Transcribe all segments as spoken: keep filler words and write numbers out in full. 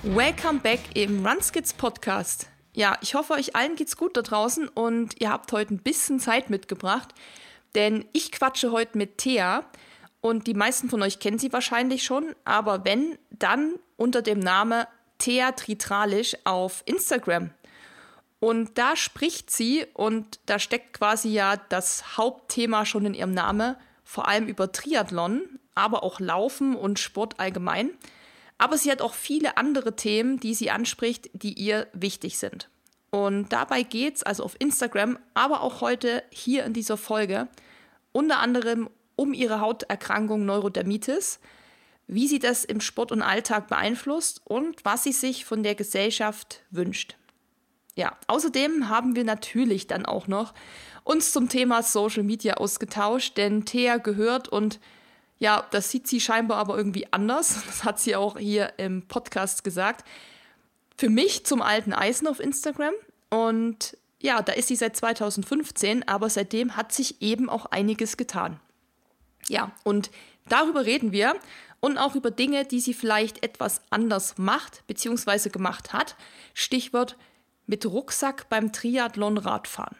Welcome back im Runskids Podcast. Ja, ich hoffe, euch allen geht's gut da draußen und ihr habt heute ein bisschen Zeit mitgebracht, denn ich quatsche heute mit Thea und die meisten von euch kennen sie wahrscheinlich schon, aber wenn, dann unter dem Namen Thea Tritralisch auf Instagram. Und da spricht sie und da steckt quasi ja das Hauptthema schon in ihrem Namen, vor allem über Triathlon, aber auch Laufen und Sport allgemein. Aber sie hat auch viele andere Themen, die sie anspricht, die ihr wichtig sind. Und dabei geht es also auf Instagram, aber auch heute hier in dieser Folge unter anderem um ihre Hauterkrankung Neurodermitis, wie sie das im Sport und Alltag beeinflusst und was sie sich von der Gesellschaft wünscht. Ja, außerdem haben wir natürlich dann auch noch uns zum Thema Social Media ausgetauscht, denn Thea gehört und ja, das sieht sie scheinbar aber irgendwie anders. Das hat sie auch hier im Podcast gesagt. Für mich zum alten Eisen auf Instagram. Und ja, da ist sie seit zweitausendfünfzehn, aber seitdem hat sich eben auch einiges getan. Ja, und darüber reden wir und auch über Dinge, die sie vielleicht etwas anders macht bzw. gemacht hat. Stichwort mit Rucksack beim Triathlon-Radfahren.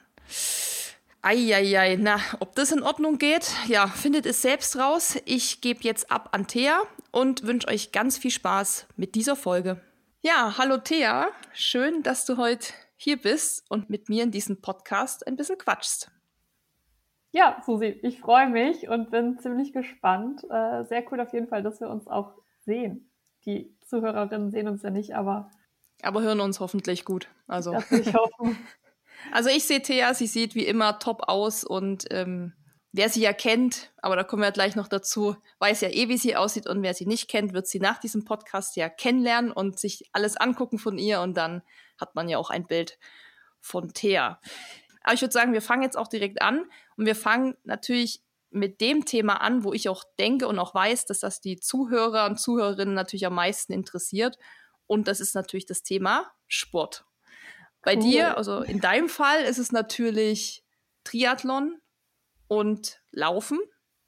Eieiei, na, ob das in Ordnung geht? Ja, findet es selbst raus. Ich gebe jetzt ab an Thea und wünsche euch ganz viel Spaß mit dieser Folge. Ja, hallo Thea, schön, dass du heute hier bist und mit mir in diesem Podcast ein bisschen quatschst. Ja, Susi, ich freue mich und bin ziemlich gespannt. Äh, sehr cool auf jeden Fall, dass wir uns auch sehen. Die Zuhörerinnen sehen uns ja nicht, aber... Aber hören uns hoffentlich gut. Also. Das will ich hoffen. Also ich sehe Thea, sie sieht wie immer top aus und ähm, wer sie ja kennt, aber da kommen wir gleich noch dazu, weiß ja eh, wie sie aussieht und wer sie nicht kennt, wird sie nach diesem Podcast ja kennenlernen und sich alles angucken von ihr und dann hat man ja auch ein Bild von Thea. Aber ich würde sagen, wir fangen jetzt auch direkt an und wir fangen natürlich mit dem Thema an, wo ich auch denke und auch weiß, dass das die Zuhörer und Zuhörerinnen natürlich am meisten interessiert und das ist natürlich das Thema Sport. Bei cool. dir, also in deinem Fall, ist es natürlich Triathlon und Laufen.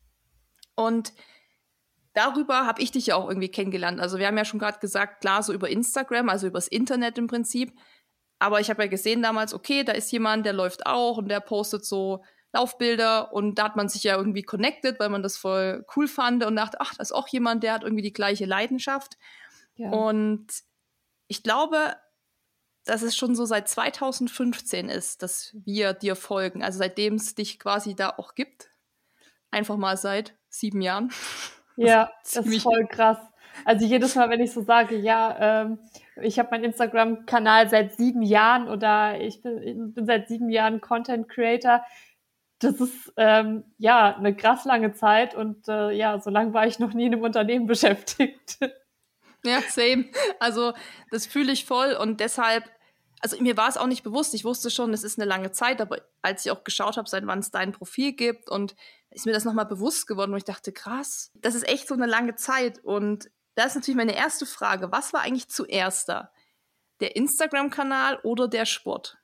Und darüber habe ich dich ja auch irgendwie kennengelernt. Also wir haben ja schon gerade gesagt, klar, so über Instagram, also übers Internet im Prinzip. Aber ich habe ja gesehen damals, okay, da ist jemand, der läuft auch und der postet so Laufbilder. Und da hat man sich ja irgendwie connected, weil man das voll cool fand und dachte, ach, da ist auch jemand, der hat irgendwie die gleiche Leidenschaft. Ja. Und ich glaube, dass es schon so seit zweitausendfünfzehn ist, dass wir dir folgen. Also seitdem es dich quasi da auch gibt. Einfach mal seit sieben Jahren. Ja, das ist voll krass. Also jedes Mal, wenn ich so sage, ja, ähm, ich habe meinen Instagram-Kanal seit sieben Jahren oder ich bin, bin seit sieben Jahren Content Creator, das ist ähm, ja eine krass lange Zeit und äh, ja, so lange war ich noch nie in einem Unternehmen beschäftigt. Ja, same. Also das fühle ich voll und deshalb, also mir war es auch nicht bewusst, ich wusste schon, es ist eine lange Zeit, aber als ich auch geschaut habe, seit wann es dein Profil gibt und ist mir das nochmal bewusst geworden, wo ich dachte, krass, das ist echt so eine lange Zeit und da ist natürlich meine erste Frage, was war eigentlich zuerst da? Der Instagram-Kanal oder der Sport?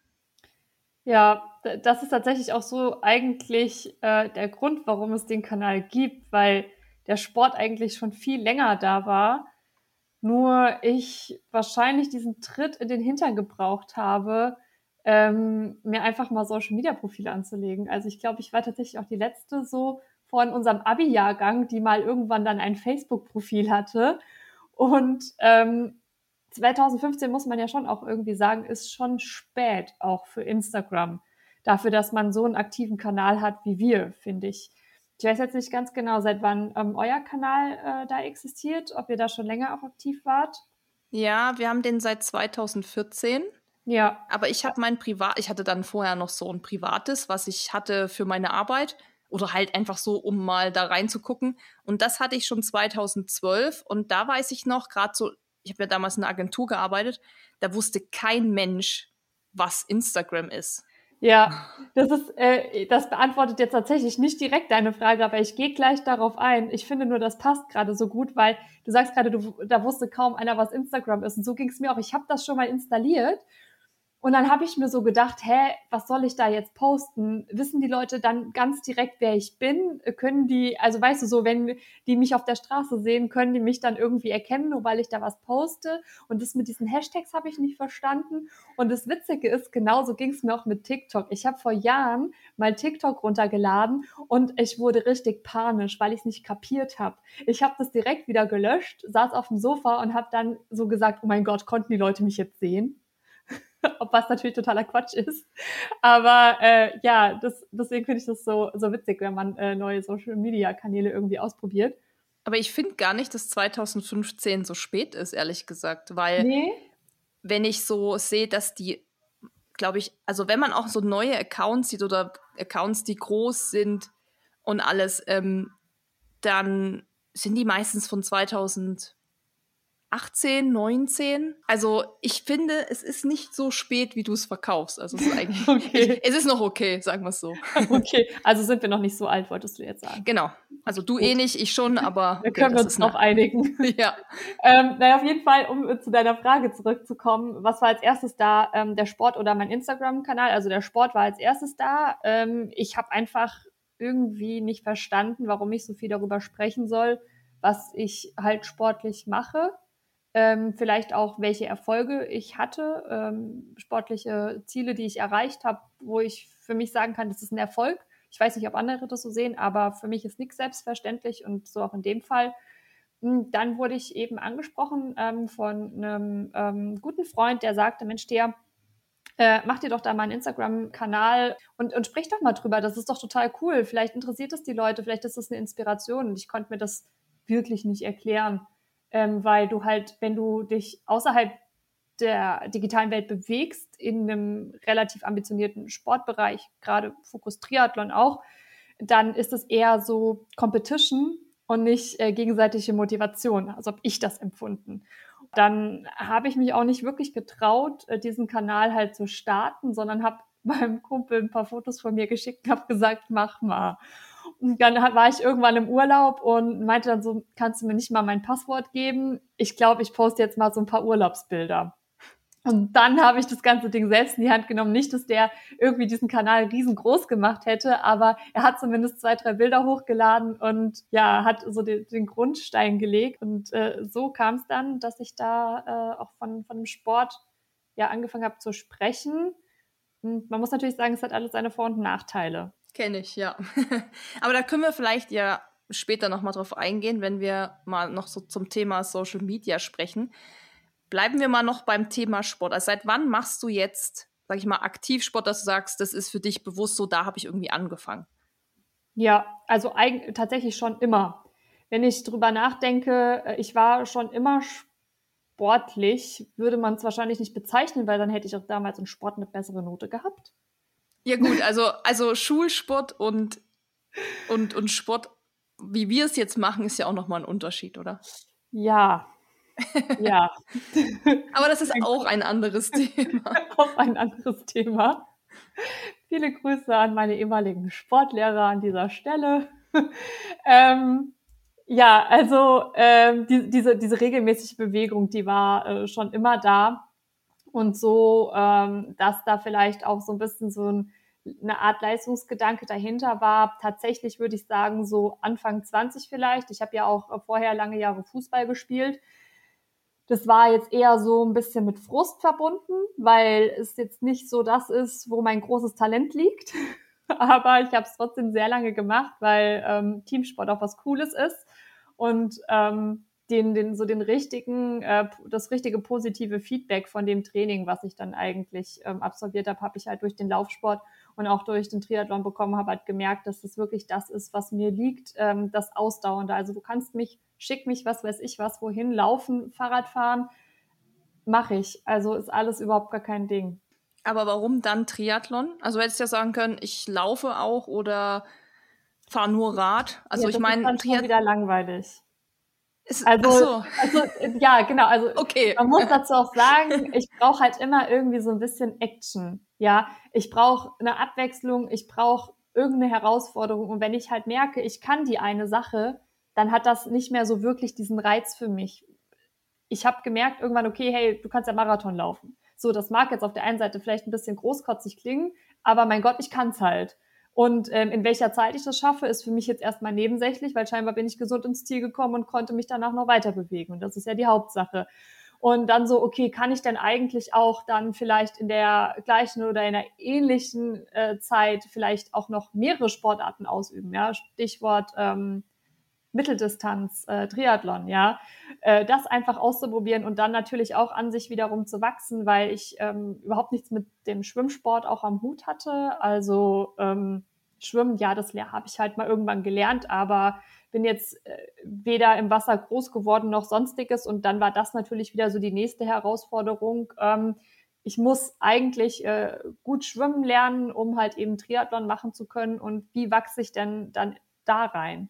Ja, das ist tatsächlich auch so eigentlich äh, der Grund, warum es den Kanal gibt, weil der Sport eigentlich schon viel länger da war. Nur ich wahrscheinlich diesen Tritt in den Hintern gebraucht habe, ähm, mir einfach mal Social-Media-Profile anzulegen. Also ich glaube, ich war tatsächlich auch die letzte so von unserem Abi-Jahrgang, die mal irgendwann dann ein Facebook-Profil hatte. Und ähm, zweitausendfünfzehn muss man ja schon auch irgendwie sagen, ist schon spät auch für Instagram. Dafür, dass man so einen aktiven Kanal hat wie wir, finde ich. Ich weiß jetzt nicht ganz genau, seit wann ähm, euer Kanal äh, da existiert, ob ihr da schon länger auch aktiv wart. Ja, wir haben den seit zweitausendvierzehn. Ja. Aber ich habe mein Privat, ich hatte dann vorher noch so ein privates, was ich hatte für meine Arbeit oder halt einfach so, um mal da reinzugucken. Und das hatte ich schon zweitausendzwölf und da weiß ich noch, gerade so, ich habe ja damals in einer Agentur gearbeitet, da wusste kein Mensch, was Instagram ist. Ja, das ist, äh, das beantwortet jetzt tatsächlich nicht direkt deine Frage, aber ich gehe gleich darauf ein. Ich finde nur, das passt gerade so gut, weil du sagst gerade, du, da wusste kaum einer, was Instagram ist. Und so ging es mir auch. Ich habe das schon mal installiert Und dann habe ich mir so gedacht, hä, was soll ich da jetzt posten? Wissen die Leute dann ganz direkt, wer ich bin? Können die, also weißt du so, wenn die mich auf der Straße sehen, können die mich dann irgendwie erkennen, nur weil ich da was poste? Und das mit diesen Hashtags habe ich nicht verstanden. Und das Witzige ist, genauso ging es mir auch mit TikTok. Ich habe vor Jahren mal TikTok runtergeladen und ich wurde richtig panisch, weil ich es nicht kapiert habe. Ich habe das direkt wieder gelöscht, saß auf dem Sofa und habe dann so gesagt, oh mein Gott, konnten die Leute mich jetzt sehen? Ob was natürlich totaler Quatsch ist. Aber äh, ja, das, deswegen finde ich das so, so witzig, wenn man äh, neue Social-Media-Kanäle irgendwie ausprobiert. Aber ich finde gar nicht, dass zwanzig fünfzehn so spät ist, ehrlich gesagt. Weil Nee. wenn ich so sehe, dass die, glaube ich, also wenn man auch so neue Accounts sieht oder Accounts, die groß sind und alles, ähm, dann sind die meistens von zwanzig achtzehn, neunzehn. Also ich finde, es ist nicht so spät, wie du es verkaufst. Also es ist eigentlich, Okay. ich, es ist noch okay, sagen wir es so. Okay, also sind wir noch nicht so alt, wolltest du jetzt sagen. Genau. Also du Gut. eh nicht, ich schon, aber Da okay, können wir das uns ist drauf eine, einigen. ja. Ähm, naja, auf jeden Fall, um zu deiner Frage zurückzukommen, was war als erstes da? Ähm, der Sport oder mein Instagram-Kanal? Also der Sport war als erstes da. Ähm, ich habe einfach irgendwie nicht verstanden, warum ich so viel darüber sprechen soll, was ich halt sportlich mache. Ähm, vielleicht auch, welche Erfolge ich hatte, ähm, sportliche Ziele, die ich erreicht habe, wo ich für mich sagen kann, das ist ein Erfolg. Ich weiß nicht, ob andere das so sehen, aber für mich ist nichts selbstverständlich und so auch in dem Fall. Dann wurde ich eben angesprochen ähm, von einem ähm, guten Freund, der sagte, Mensch, Thea, äh, mach dir doch da mal einen Instagram-Kanal und, und sprich doch mal drüber. Das ist doch total cool. Vielleicht interessiert es die Leute, vielleicht ist das eine Inspiration. Und ich konnte mir das wirklich nicht erklären, ähm, weil du halt, wenn du dich außerhalb der digitalen Welt bewegst, in einem relativ ambitionierten Sportbereich, gerade Fokus Triathlon auch, dann ist es eher so Competition und nicht äh, gegenseitige Motivation. Also habe ich das empfunden. Dann habe ich mich auch nicht wirklich getraut, äh, diesen Kanal halt zu starten, sondern habe meinem Kumpel ein paar Fotos von mir geschickt und habe gesagt, mach mal. Und dann war ich irgendwann im Urlaub und meinte dann so, kannst du mir nicht mal mein Passwort geben? Ich glaube, ich poste jetzt mal so ein paar Urlaubsbilder. Und dann habe ich das ganze Ding selbst in die Hand genommen. Nicht, dass der irgendwie diesen Kanal riesengroß gemacht hätte, aber er hat zumindest zwei, drei Bilder hochgeladen und ja, hat so den, den Grundstein gelegt. Und äh, so kam es dann, dass ich da äh, auch von, von dem Sport ja angefangen habe zu sprechen. Und man muss natürlich sagen, es hat alles seine Vor- und Nachteile. Kenne ich, ja. Aber da können wir vielleicht ja später nochmal drauf eingehen, wenn wir mal noch so zum Thema Social Media sprechen. Bleiben wir mal noch beim Thema Sport. Also seit wann machst du jetzt, sag ich mal, Aktivsport, dass du sagst, das ist für dich bewusst so, da habe ich irgendwie angefangen? Ja, also eigentlich tatsächlich schon immer. Wenn ich drüber nachdenke, ich war schon immer sportlich, würde man es wahrscheinlich nicht bezeichnen, weil dann hätte ich auch damals in Sport eine bessere Note gehabt. Ja gut, also, also Schulsport und, und, und Sport, wie wir es jetzt machen, ist ja auch nochmal ein Unterschied, oder? Ja, ja. Aber das ist auch ein anderes Thema. Auch ein anderes Thema. Viele Grüße an meine ehemaligen Sportlehrer an dieser Stelle. ähm, ja, also ähm, die, diese, diese regelmäßige Bewegung, die war äh, schon immer da. Und so, ähm, dass da vielleicht auch so ein bisschen so ein, eine Art Leistungsgedanke dahinter war. Tatsächlich würde ich sagen, so Anfang zwanzig vielleicht. Ich habe ja auch vorher lange Jahre Fußball gespielt. Das war jetzt eher so ein bisschen mit Frust verbunden, weil es jetzt nicht so das ist, wo mein großes Talent liegt. Aber ich habe es trotzdem sehr lange gemacht, weil ähm, Teamsport auch was Cooles ist und ähm, den, den so den richtigen, äh, das richtige positive Feedback von dem Training, was ich dann eigentlich ähm, absolviert habe, habe ich halt durch den Laufsport und auch durch den Triathlon bekommen, habe halt gemerkt, dass das wirklich das ist, was mir liegt, ähm, das Ausdauernde. Also du kannst mich, schick mich, was weiß ich was, wohin, laufen, Fahrrad fahren, mache ich. Also ist alles überhaupt gar kein Ding. Aber warum dann Triathlon? Also hättest du ja sagen können, ich laufe auch oder fahre nur Rad. Also Ja, ich das ist meine, dann schon wieder langweilig. ist, Also, ach so. also ja, genau. Also Okay. man muss dazu auch sagen, ich brauche halt immer irgendwie so ein bisschen Action. Ja, ich brauche eine Abwechslung, ich brauche irgendeine Herausforderung. Und wenn ich halt merke, ich kann die eine Sache, dann hat das nicht mehr so wirklich diesen Reiz für mich. Ich habe gemerkt irgendwann, okay, hey, du kannst ja Marathon laufen. So, das mag jetzt auf der einen Seite vielleicht ein bisschen großkotzig klingen, aber mein Gott, ich kann's halt. Und ähm, in welcher Zeit ich das schaffe, ist für mich jetzt erstmal nebensächlich, weil scheinbar bin ich gesund ins Ziel gekommen und konnte mich danach noch weiter bewegen. Und das ist ja die Hauptsache. Und dann so, okay, kann ich denn eigentlich auch dann vielleicht in der gleichen oder in einer ähnlichen äh, Zeit vielleicht auch noch mehrere Sportarten ausüben? Ja, Stichwort ähm, Mitteldistanz, äh, Triathlon, ja, äh, das einfach auszuprobieren und dann natürlich auch an sich wiederum zu wachsen, weil ich ähm, überhaupt nichts mit dem Schwimmsport auch am Hut hatte. Also ähm, Schwimmen, ja, das habe ich halt mal irgendwann gelernt, aber bin jetzt äh, weder im Wasser groß geworden noch sonstiges und dann war das natürlich wieder so die nächste Herausforderung. Ähm, ich muss eigentlich äh, gut schwimmen lernen, um halt eben Triathlon machen zu können und wie wachse ich denn dann da rein?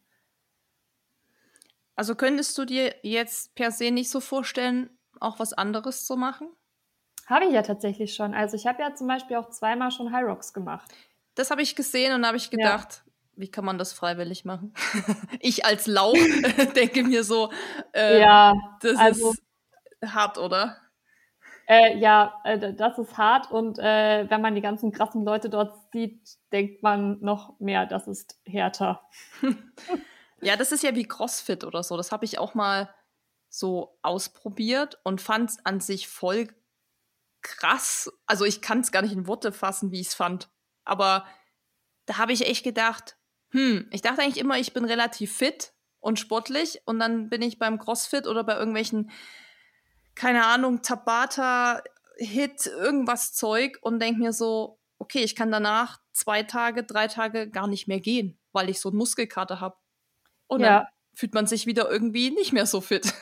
Also könntest du dir jetzt per se nicht so vorstellen, auch was anderes zu machen? Habe ich ja tatsächlich schon. Also ich habe ja zum Beispiel auch zweimal schon High Rocks gemacht. Das habe ich gesehen und habe ich Ja. gedacht, wie kann man das freiwillig machen? Ich als Lauch denke mir so, äh, Ja, das also ist hart, oder? äh, ja, äh, das ist hart und äh, wenn man die ganzen krassen Leute dort sieht, denkt man noch mehr, das ist härter. Ja, das ist ja wie CrossFit oder so. Das habe ich auch mal so ausprobiert und fand es an sich voll krass. Also ich kann es gar nicht in Worte fassen, wie ich es fand. Aber da habe ich echt gedacht, hm, ich dachte eigentlich immer, ich bin relativ fit und sportlich und dann bin ich beim CrossFit oder bei irgendwelchen, keine Ahnung, Tabata, Hit, irgendwas Zeug und denke mir so, okay, ich kann danach zwei Tage, drei Tage gar nicht mehr gehen, weil ich so einen Muskelkater habe. Und dann Ja, fühlt man sich wieder irgendwie nicht mehr so fit.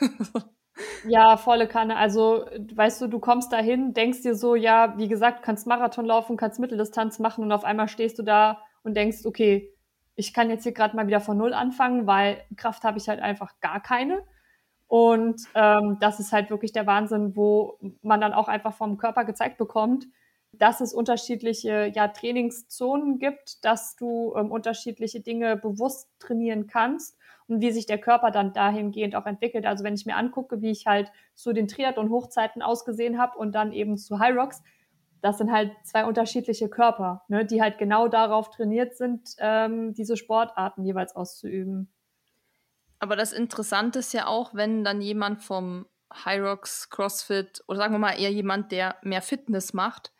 ja, volle Kanne. Also, weißt du, du kommst dahin, denkst dir so, ja, wie gesagt, kannst Marathon laufen, kannst Mitteldistanz machen und auf einmal stehst du da und denkst, okay, ich kann jetzt hier gerade mal wieder von Null anfangen, weil Kraft habe ich halt einfach gar keine. Und ähm, das ist halt wirklich der Wahnsinn, wo man dann auch einfach vom Körper gezeigt bekommt, dass es unterschiedliche ja, Trainingszonen gibt, dass du ähm, unterschiedliche Dinge bewusst trainieren kannst und wie sich der Körper dann dahingehend auch entwickelt. Also wenn ich mir angucke, wie ich halt zu den Triathlon-Hochzeiten ausgesehen habe und dann eben zu High Rocks, das sind halt zwei unterschiedliche Körper, ne, die halt genau darauf trainiert sind, ähm, diese Sportarten jeweils auszuüben. Aber das Interessante ist ja auch, wenn dann jemand vom High Rocks, CrossFit oder sagen wir mal eher jemand, der mehr Fitness macht,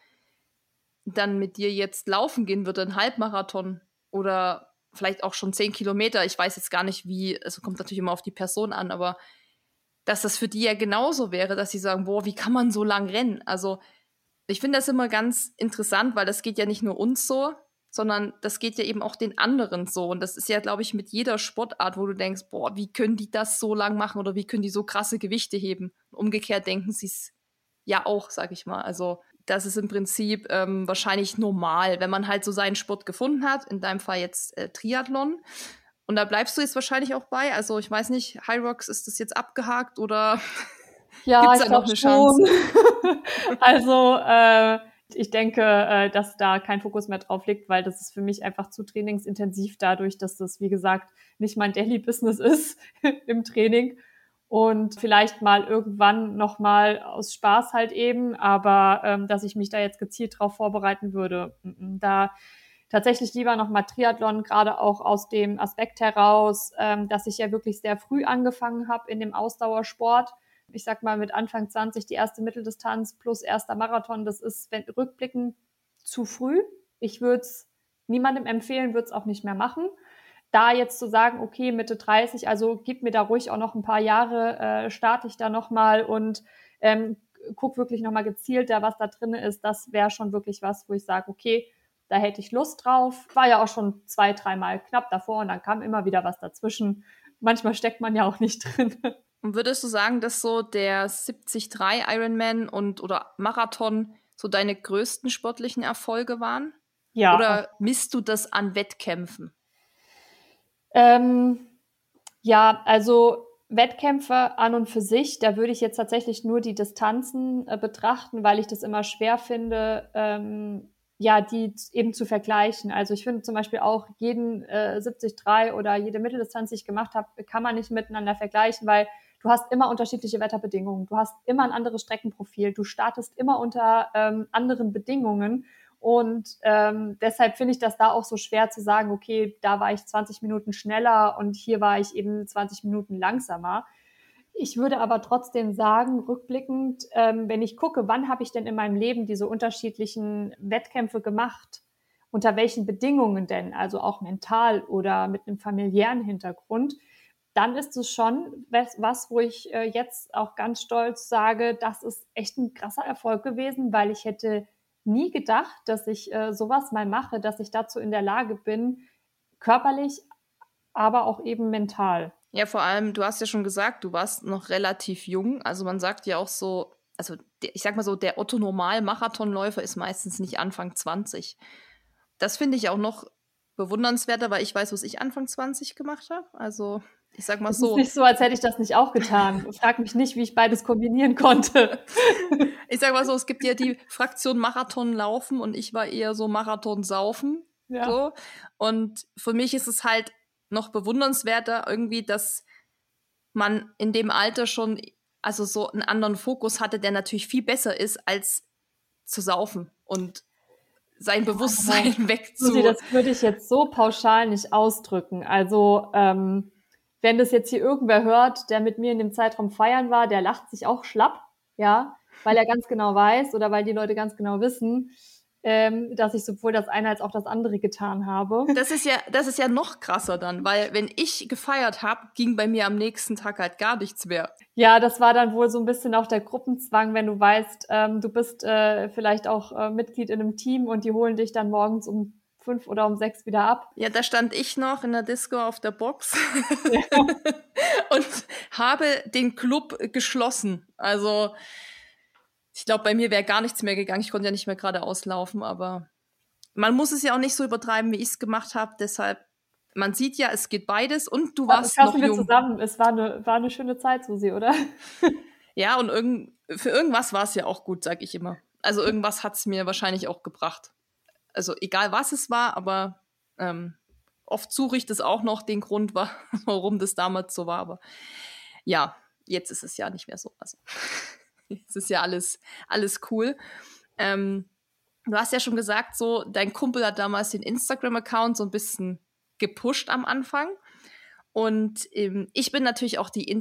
dann mit dir jetzt laufen gehen würde, einen Halbmarathon oder vielleicht auch schon zehn Kilometer. Ich weiß jetzt gar nicht, wie, es kommt natürlich immer auf die Person an, aber dass das für die ja genauso wäre, dass sie sagen, boah, wie kann man so lang rennen? Also ich finde das immer ganz interessant, weil das geht ja nicht nur uns so, sondern das geht ja eben auch den anderen so. Und das ist ja, glaube ich, mit jeder Sportart, wo du denkst, boah, wie können die das so lang machen oder wie können die so krasse Gewichte heben? Umgekehrt denken sie es ja auch, sag ich mal. Also das ist im Prinzip ähm, wahrscheinlich normal, wenn man halt so seinen Sport gefunden hat, in deinem Fall jetzt äh, Triathlon. Und da bleibst du jetzt wahrscheinlich auch bei. Also ich weiß nicht, High Rocks, ist das jetzt abgehakt oder Ja, gibt es ich da noch glaube eine schon. Chance? Also, äh, ich denke, äh, dass da kein Fokus mehr drauf liegt, weil das ist für mich einfach zu trainingsintensiv dadurch, dass das, wie gesagt, nicht mein Daily Business ist im Training. Und vielleicht mal irgendwann nochmal aus Spaß halt eben, aber ähm, dass ich mich da jetzt gezielt drauf vorbereiten würde, mm, mm, da tatsächlich lieber nochmal Triathlon, gerade auch aus dem Aspekt heraus, ähm, dass ich ja wirklich sehr früh angefangen habe in dem Ausdauersport. Ich sag mal mit Anfang zwanzig die erste Mitteldistanz plus erster Marathon, das ist wenn, rückblickend zu früh. Ich würde es niemandem empfehlen, würde es auch nicht mehr machen. Da jetzt zu sagen, okay, Mitte dreißig, also gib mir da ruhig auch noch ein paar Jahre, äh, starte ich da nochmal und ähm, guck wirklich nochmal gezielt da, was da drin ist, das wäre schon wirklich was, wo ich sage, okay, da hätte ich Lust drauf. War ja auch schon zwei, dreimal knapp davor und dann kam immer wieder was dazwischen. Manchmal steckt man ja auch nicht drin. Und würdest du sagen, dass so der siebzig drei Ironman und oder Marathon so deine größten sportlichen Erfolge waren? Ja, auf Oder misst du das an Wettkämpfen? Ähm, ja, also Wettkämpfe an und für sich, da würde ich jetzt tatsächlich nur die Distanzen äh, betrachten, weil ich das immer schwer finde, ähm, ja, die z- eben zu vergleichen. Also ich finde zum Beispiel auch jeden äh, siebzig drei oder jede Mitteldistanz, die ich gemacht habe, kann man nicht miteinander vergleichen, weil du hast immer unterschiedliche Wetterbedingungen, du hast immer ein anderes Streckenprofil, du startest immer unter ähm, anderen Bedingungen. Und ähm, deshalb finde ich das da auch so schwer zu sagen, okay, da war ich zwanzig Minuten schneller und hier war ich eben zwanzig Minuten langsamer. Ich würde aber trotzdem sagen, rückblickend, ähm, wenn ich gucke, wann habe ich denn in meinem Leben diese unterschiedlichen Wettkämpfe gemacht? Unter welchen Bedingungen denn? Also auch mental oder mit einem familiären Hintergrund. Dann ist es schon was, wo ich äh, jetzt auch ganz stolz sage, das ist echt ein krasser Erfolg gewesen, weil ich hätte nie gedacht, dass ich äh, sowas mal mache, dass ich dazu in der Lage bin, körperlich, aber auch eben mental. Ja, vor allem, du hast ja schon gesagt, du warst noch relativ jung. Also man sagt ja auch so, also ich sag mal so, der Otto-Normal-Marathonläufer ist meistens nicht Anfang zwanzig. Das finde ich auch noch bewundernswerter, weil ich weiß, was ich Anfang zwanzig gemacht habe. Also ich sag mal Es so. ist nicht so, als hätte ich das nicht auch getan. Frag mich nicht, wie ich beides kombinieren konnte. Ich sag mal so, es gibt ja die Fraktion Marathon laufen und ich war eher so Marathon saufen. Ja. So. Und für mich ist es halt noch bewundernswerter irgendwie, dass man in dem Alter schon also so einen anderen Fokus hatte, der natürlich viel besser ist, als zu saufen und sein Bewusstsein Aber, wegzu... Susi, das würde ich jetzt so pauschal nicht ausdrücken. Also, ähm, wenn das jetzt hier irgendwer hört, der mit mir in dem Zeitraum feiern war, der lacht sich auch schlapp, ja, weil er ganz genau weiß oder weil die Leute ganz genau wissen, ähm, dass ich sowohl das eine als auch das andere getan habe. Das ist ja, das ist ja noch krasser dann, weil wenn ich gefeiert habe, ging bei mir am nächsten Tag halt gar nichts mehr. Ja, das war dann wohl so ein bisschen auch der Gruppenzwang, wenn du weißt, ähm, du bist äh, vielleicht auch äh, Mitglied in einem Team und die holen dich dann morgens um fünf oder um sechs wieder ab. Ja, da stand ich noch in der Disco auf der Box ja. und habe den Club geschlossen. Also ich glaube, bei mir wäre gar nichts mehr gegangen. Ich konnte ja nicht mehr geradeaus laufen, aber man muss es ja auch nicht so übertreiben, wie ich es gemacht habe. Deshalb, man sieht ja, es geht beides und du warst ja, noch wir jung. Zusammen. Es war eine, war eine schöne Zeit, Susi, oder? Ja, und irgend, für irgendwas war es ja auch gut, sag ich immer. Also irgendwas hat es mir wahrscheinlich auch gebracht. Also egal, was es war, aber ähm, oft suche ich das auch noch, den Grund, war, warum das damals so war. Aber ja, jetzt ist es ja nicht mehr so. Also jetzt ist ja alles, alles cool. Ähm, du hast ja schon gesagt, so dein Kumpel hat damals den Instagram-Account so ein bisschen gepusht am Anfang. Und ähm, ich bin natürlich auch die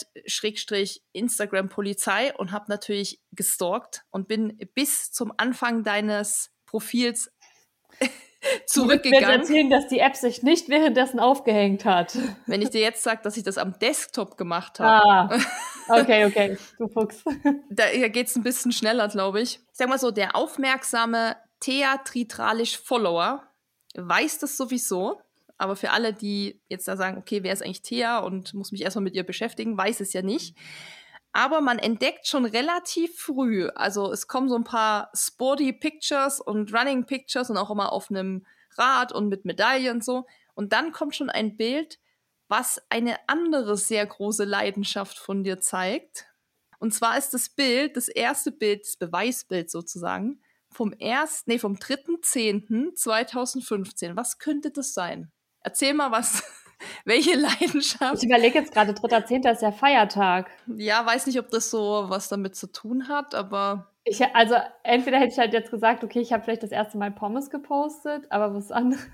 Internet-Instagram-Polizei und habe natürlich gestalkt und bin bis zum Anfang deines Profils zurückgegangen. Ich werde erzählen, dass die App sich nicht währenddessen aufgehängt hat. Wenn ich dir jetzt sage, dass ich das am Desktop gemacht habe. Ah, okay, okay, du Fuchs. Da geht es ein bisschen schneller, glaube ich. Ich sag mal so, der aufmerksame Thea Tritralisch-Follower weiß das sowieso. Aber für alle, die jetzt da sagen, okay, wer ist eigentlich Thea und muss mich erstmal mit ihr beschäftigen, weiß es ja nicht. Aber man entdeckt schon relativ früh, also es kommen so ein paar sporty Pictures und Running Pictures und auch immer auf einem Rad und mit Medaille und so. Und dann kommt schon ein Bild, was eine andere sehr große Leidenschaft von dir zeigt. Und zwar ist das Bild, das erste Bild, das Beweisbild sozusagen, vom ersten, nee, vom dritten zehnten zweitausendfünfzehn. Was könnte das sein? Erzähl mal was. Welche Leidenschaft? Ich überlege jetzt gerade, dritter zehnter ist ja Feiertag. Ja, weiß nicht, ob das so was damit zu tun hat, aber... Ich, also entweder hätte ich halt jetzt gesagt, okay, ich habe vielleicht das erste Mal Pommes gepostet, aber was anderes.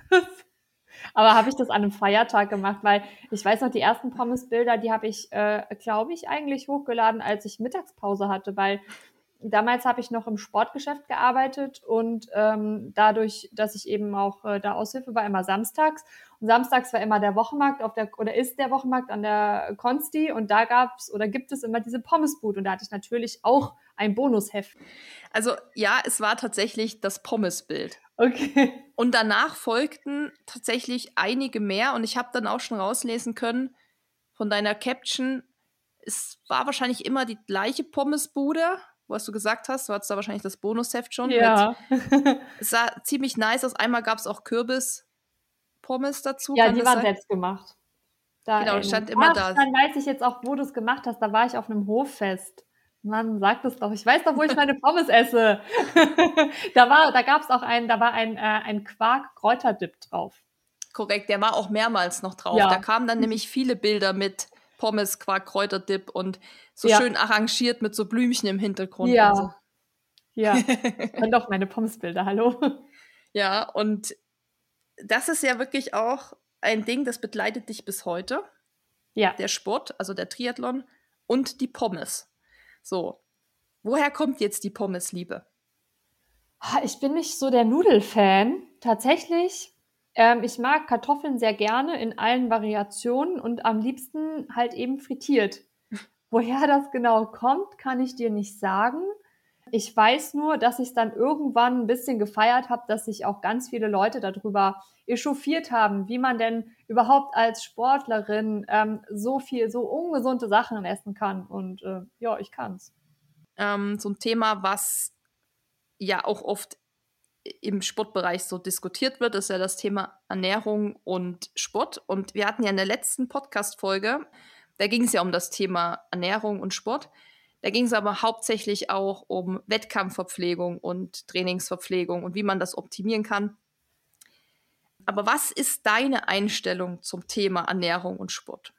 Aber habe ich das an einem Feiertag gemacht, weil ich weiß noch, die ersten Pommes-Bilder, die habe ich, äh, glaube ich, eigentlich hochgeladen, als ich Mittagspause hatte, weil damals habe ich noch im Sportgeschäft gearbeitet und ähm, dadurch, dass ich eben auch äh, da Aushilfe war, immer samstags. Und samstags war immer der Wochenmarkt auf der oder ist der Wochenmarkt an der Konsti und da gab's oder gibt es immer diese Pommesbude und da hatte ich natürlich auch ein Bonusheft. Also ja, es war tatsächlich das Pommesbild. Okay. Und danach folgten tatsächlich einige mehr und ich habe dann auch schon rauslesen können von deiner Caption, es war wahrscheinlich immer die gleiche Pommesbude, was du gesagt hast, du hattest da wahrscheinlich das Bonusheft schon. Ja. Mit, es sah ziemlich nice aus. Einmal gab es auch Kürbis-Pommes dazu. Ja, die waren selbst gemacht. Da genau, stand immer Ach, da. Dann weiß ich jetzt auch, wo du es gemacht hast. Da war ich auf einem Hoffest. Mann, sag das doch. Ich weiß doch, wo ich meine Pommes esse. da war, da gab es auch einen, da war ein, äh, ein Quark-Kräuterdip drauf. Korrekt, der war auch mehrmals noch drauf. Ja. Da kamen dann nämlich viele Bilder mit Pommes, Quark, Kräuterdip und so Ja. schön arrangiert mit so Blümchen im Hintergrund. Ja. Und so. Ja, und doch meine Pommesbilder, hallo. Ja, und das ist ja wirklich auch ein Ding, das begleitet dich bis heute. Ja. Der Sport, also der Triathlon und die Pommes. So, woher kommt jetzt die Pommesliebe? Ich bin nicht so der Nudelfan. Tatsächlich, ähm, ich mag Kartoffeln sehr gerne in allen Variationen und am liebsten halt eben frittiert. Woher das genau kommt, kann ich dir nicht sagen. Ich weiß nur, dass ich es dann irgendwann ein bisschen gefeiert habe, dass sich auch ganz viele Leute darüber echauffiert haben, wie man denn überhaupt als Sportlerin ähm, so viel, so ungesunde Sachen essen kann. Und äh, ja, ich kann's. Ähm, so ein Thema, was ja auch oft im Sportbereich so diskutiert wird, ist ja das Thema Ernährung und Sport. Und wir hatten ja in der letzten Podcast-Folge, da ging es ja um das Thema Ernährung und Sport. Da ging es aber hauptsächlich auch um Wettkampfverpflegung und Trainingsverpflegung und wie man das optimieren kann. Aber was ist deine Einstellung zum Thema Ernährung und Sport?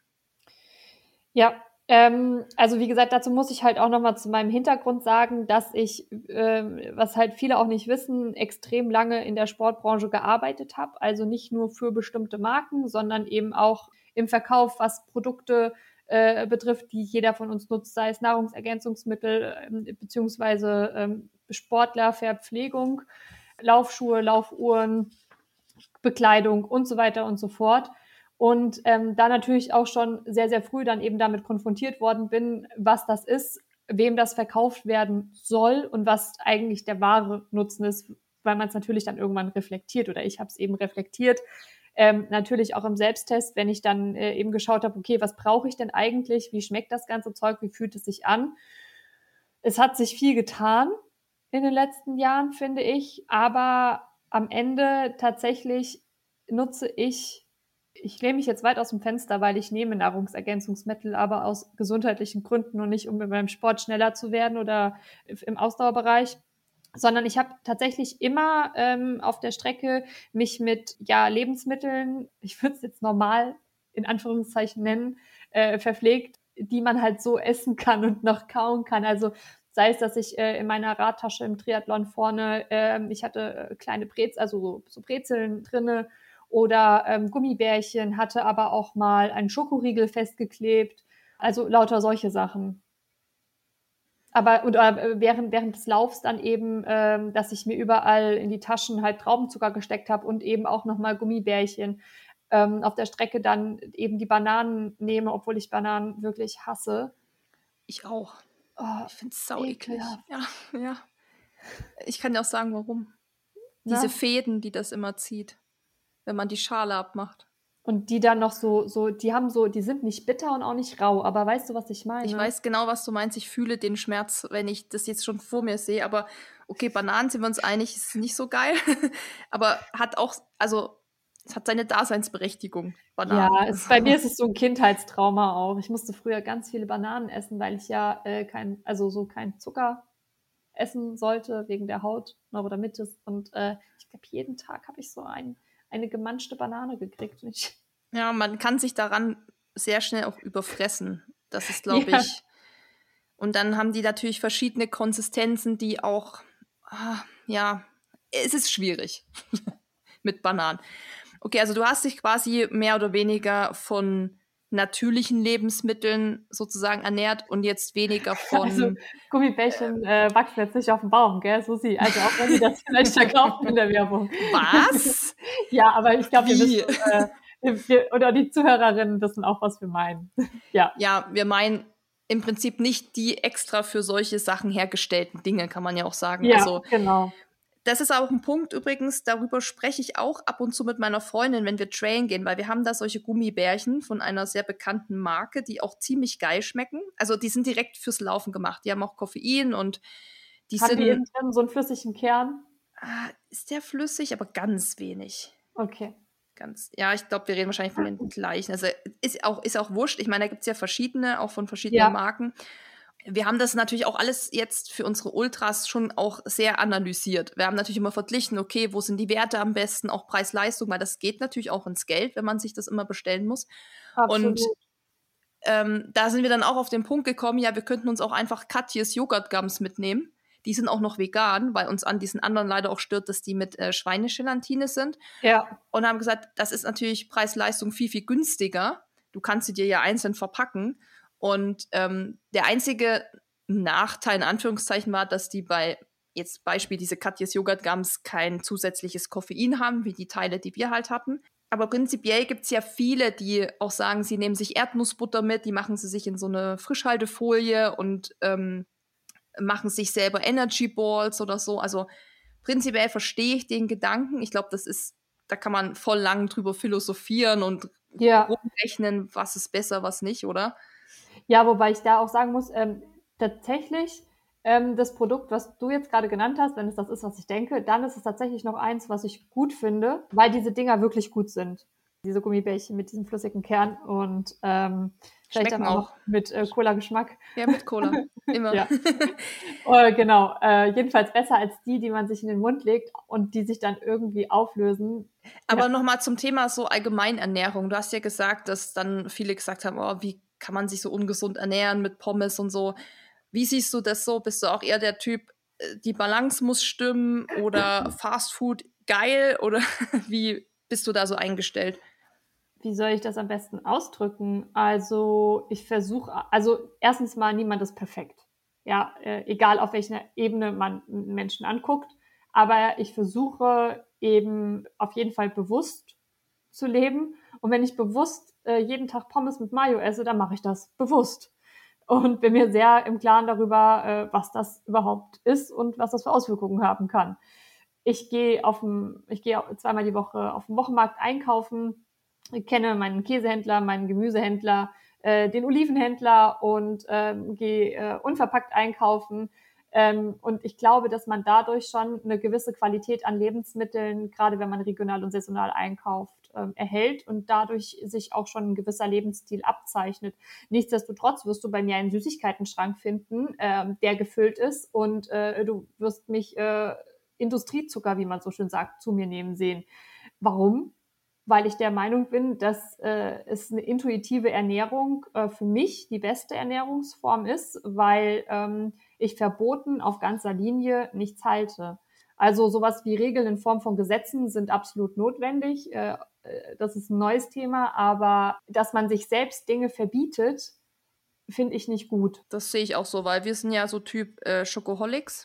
Ja, ähm, also wie gesagt, dazu muss ich halt auch nochmal zu meinem Hintergrund sagen, dass ich, äh, was halt viele auch nicht wissen, extrem lange in der Sportbranche gearbeitet habe. Also nicht nur für bestimmte Marken, sondern eben auch im Verkauf, was Produkte äh, betrifft, die jeder von uns nutzt, sei es Nahrungsergänzungsmittel äh, beziehungsweise ähm, Sportler, Verpflegung, Laufschuhe, Laufuhren, Bekleidung und so weiter und so fort. Und ähm, da natürlich auch schon sehr, sehr früh dann eben damit konfrontiert worden bin, was das ist, wem das verkauft werden soll und was eigentlich der wahre Nutzen ist, weil man es natürlich dann irgendwann reflektiert oder ich habe es eben reflektiert. Ähm, natürlich auch im Selbsttest, wenn ich dann äh, eben geschaut habe, okay, was brauche ich denn eigentlich, wie schmeckt das ganze Zeug, wie fühlt es sich an? Es hat sich viel getan in den letzten Jahren, finde ich, aber am Ende tatsächlich nutze ich, ich lehne mich jetzt weit aus dem Fenster, weil ich nehme Nahrungsergänzungsmittel, aber aus gesundheitlichen Gründen und nicht, um beim Sport schneller zu werden oder im Ausdauerbereich, sondern ich habe tatsächlich immer ähm, auf der Strecke mich mit ja Lebensmitteln, ich würde es jetzt normal in Anführungszeichen nennen, äh, verpflegt, die man halt so essen kann und noch kauen kann. Also sei es, dass ich äh, in meiner Radtasche im Triathlon vorne, äh, ich hatte äh, kleine Brezel, also so, so Brezeln drinne oder ähm, Gummibärchen, hatte aber auch mal einen Schokoriegel festgeklebt. Also lauter solche Sachen. Aber und, äh, während, während des Laufs dann eben, ähm, dass ich mir überall in die Taschen halt Traubenzucker gesteckt habe und eben auch nochmal Gummibärchen. Ähm, auf der Strecke dann eben die Bananen nehme, obwohl ich Bananen wirklich hasse. Ich auch. Oh, Ich finde es sau eklig. ekelhaft. Ja, ja. Ich kann dir auch sagen, warum. Ne? Diese Fäden, die das immer zieht, wenn man die Schale abmacht. Und die dann noch so, so, die haben so, die sind nicht bitter und auch nicht rau, aber weißt du, was ich meine? Ich weiß genau, was du meinst. Ich fühle den Schmerz, wenn ich das jetzt schon vor mir sehe. Aber okay, Bananen sind wir uns einig, ist nicht so geil. Aber hat auch, also es hat seine Daseinsberechtigung. Bananen. Ja, es, bei mir ist es so ein Kindheitstrauma auch. Ich musste früher ganz viele Bananen essen, weil ich ja äh, kein, also so kein Zucker essen sollte wegen der Haut Neurodermitis. Und äh, ich glaube, jeden Tag habe ich so ein, eine gemanschte Banane gekriegt. Und ich, Ja, man kann sich daran sehr schnell auch überfressen. Das ist, glaube Ja. ich. Und dann haben die natürlich verschiedene Konsistenzen, die auch, ah, ja, es ist schwierig mit Bananen. Okay, also du hast dich quasi mehr oder weniger von natürlichen Lebensmitteln sozusagen ernährt und jetzt weniger von... Also Gummibärchen äh, wachsen jetzt nicht auf dem Baum, gell, Susi? Also auch wenn die das vielleicht verkaufen in der Werbung. Was? Ja, aber ich glaube, wir Wie? wissen, äh, wir, wir, oder die Zuhörerinnen wissen auch, was wir meinen. Ja. Ja, wir meinen im Prinzip nicht die extra für solche Sachen hergestellten Dinge, kann man ja auch sagen. Ja, Also genau. das ist auch ein Punkt übrigens, darüber spreche ich auch ab und zu mit meiner Freundin, wenn wir trainen gehen, weil wir haben da solche Gummibärchen von einer sehr bekannten Marke, die auch ziemlich geil schmecken. Also die sind direkt fürs Laufen gemacht. Die haben auch Koffein und die Haben sind... die innen drin so einen flüssigen Kern? Ah, ist der flüssig, aber ganz wenig. Okay. Ganz, ja, ich glaube, wir reden wahrscheinlich von den gleichen. Also ist auch, ist auch wurscht. Ich meine, da gibt es ja verschiedene, auch von verschiedenen Ja. Marken. Wir haben das natürlich auch alles jetzt für unsere Ultras schon auch sehr analysiert. Wir haben natürlich immer verglichen, okay, wo sind die Werte am besten, auch Preis-Leistung, weil das geht natürlich auch ins Geld, wenn man sich das immer bestellen muss. Absolut. Und ähm, da sind wir dann auch auf den Punkt gekommen, ja, wir könnten uns auch einfach Katjes Joghurt-Gums mitnehmen. Die sind auch noch vegan, weil uns an diesen anderen leider auch stört, dass die mit äh, Schweinegelatine sind. Ja. Und haben gesagt, das ist natürlich Preis-Leistung viel, viel günstiger. Du kannst sie dir ja einzeln verpacken. Und ähm, der einzige Nachteil in Anführungszeichen war, dass die bei, jetzt Beispiel diese Katjes Joghurt-Gums, kein zusätzliches Koffein haben, wie die Teile, die wir halt hatten. Aber prinzipiell gibt es ja viele, die auch sagen, sie nehmen sich Erdnussbutter mit, die machen sie sich in so eine Frischhaltefolie und ähm, machen sich selber Energy Balls oder so. Also prinzipiell verstehe ich den Gedanken. Ich glaube, das ist, da kann man voll lang drüber philosophieren und Ja. rumrechnen, was ist besser, was nicht, oder? Ja, wobei ich da auch sagen muss, ähm, tatsächlich ähm, das Produkt, was du jetzt gerade genannt hast, wenn es das ist, was ich denke, dann ist es tatsächlich noch eins, was ich gut finde, weil diese Dinger wirklich gut sind. Diese Gummibärchen mit diesem flüssigen Kern und ähm, vielleicht dann auch, auch noch mit äh, Cola-Geschmack. Ja, mit Cola. Immer. Ja. äh, genau. Äh, jedenfalls besser als die, die man sich in den Mund legt und die sich dann irgendwie auflösen. Aber ja. nochmal zum Thema so Allgemeinernährung. Du hast ja gesagt, dass dann viele gesagt haben, oh, wie kann man sich so ungesund ernähren mit Pommes und so. Wie siehst du das so? Bist du auch eher der Typ, die Balance muss stimmen oder Fast Food geil? Oder wie bist du da so eingestellt? Wie soll ich das am besten ausdrücken? Also ich versuche, also erstens mal, niemand ist perfekt. Ja, äh, egal auf welcher Ebene man Menschen anguckt. Aber ich versuche eben auf jeden Fall bewusst zu leben. Und wenn ich bewusst äh, jeden Tag Pommes mit Mayo esse, dann mache ich das bewusst. Und bin mir sehr im Klaren darüber, äh, was das überhaupt ist und was das für Auswirkungen haben kann. Ich gehe auf dem, ich gehe zweimal die Woche auf dem Wochenmarkt einkaufen. Ich kenne meinen Käsehändler, meinen Gemüsehändler, äh, den Olivenhändler und ähm, gehe äh, unverpackt einkaufen. Ähm, und ich glaube, dass man dadurch schon eine gewisse Qualität an Lebensmitteln, gerade wenn man regional und saisonal einkauft, ähm, erhält und dadurch sich auch schon ein gewisser Lebensstil abzeichnet. Nichtsdestotrotz wirst du bei mir einen Süßigkeitenschrank finden, ähm, der gefüllt ist und äh, du wirst mich äh, Industriezucker, wie man so schön sagt, zu mir nehmen sehen. Warum? Weil ich der Meinung bin, dass äh, es eine intuitive Ernährung äh, für mich die beste Ernährungsform ist, weil ähm, ich verboten auf ganzer Linie nichts halte. Also sowas wie Regeln in Form von Gesetzen sind absolut notwendig. Äh, das ist ein neues Thema, aber dass man sich selbst Dinge verbietet, finde ich nicht gut. Das sehe ich auch so, weil wir sind ja so Typ äh, Schokoholics.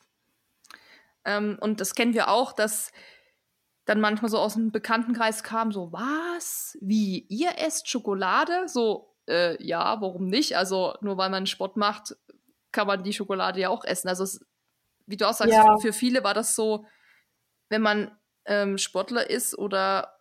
Ähm, und das kennen wir auch, dass dann manchmal so aus dem Bekanntenkreis kam, so, was? Wie, ihr esst Schokolade? So, äh, ja, warum nicht? Also nur weil man Sport macht, kann man die Schokolade ja auch essen. Also es, wie du auch sagst, Ja. für viele war das so, wenn man ähm, Sportler ist oder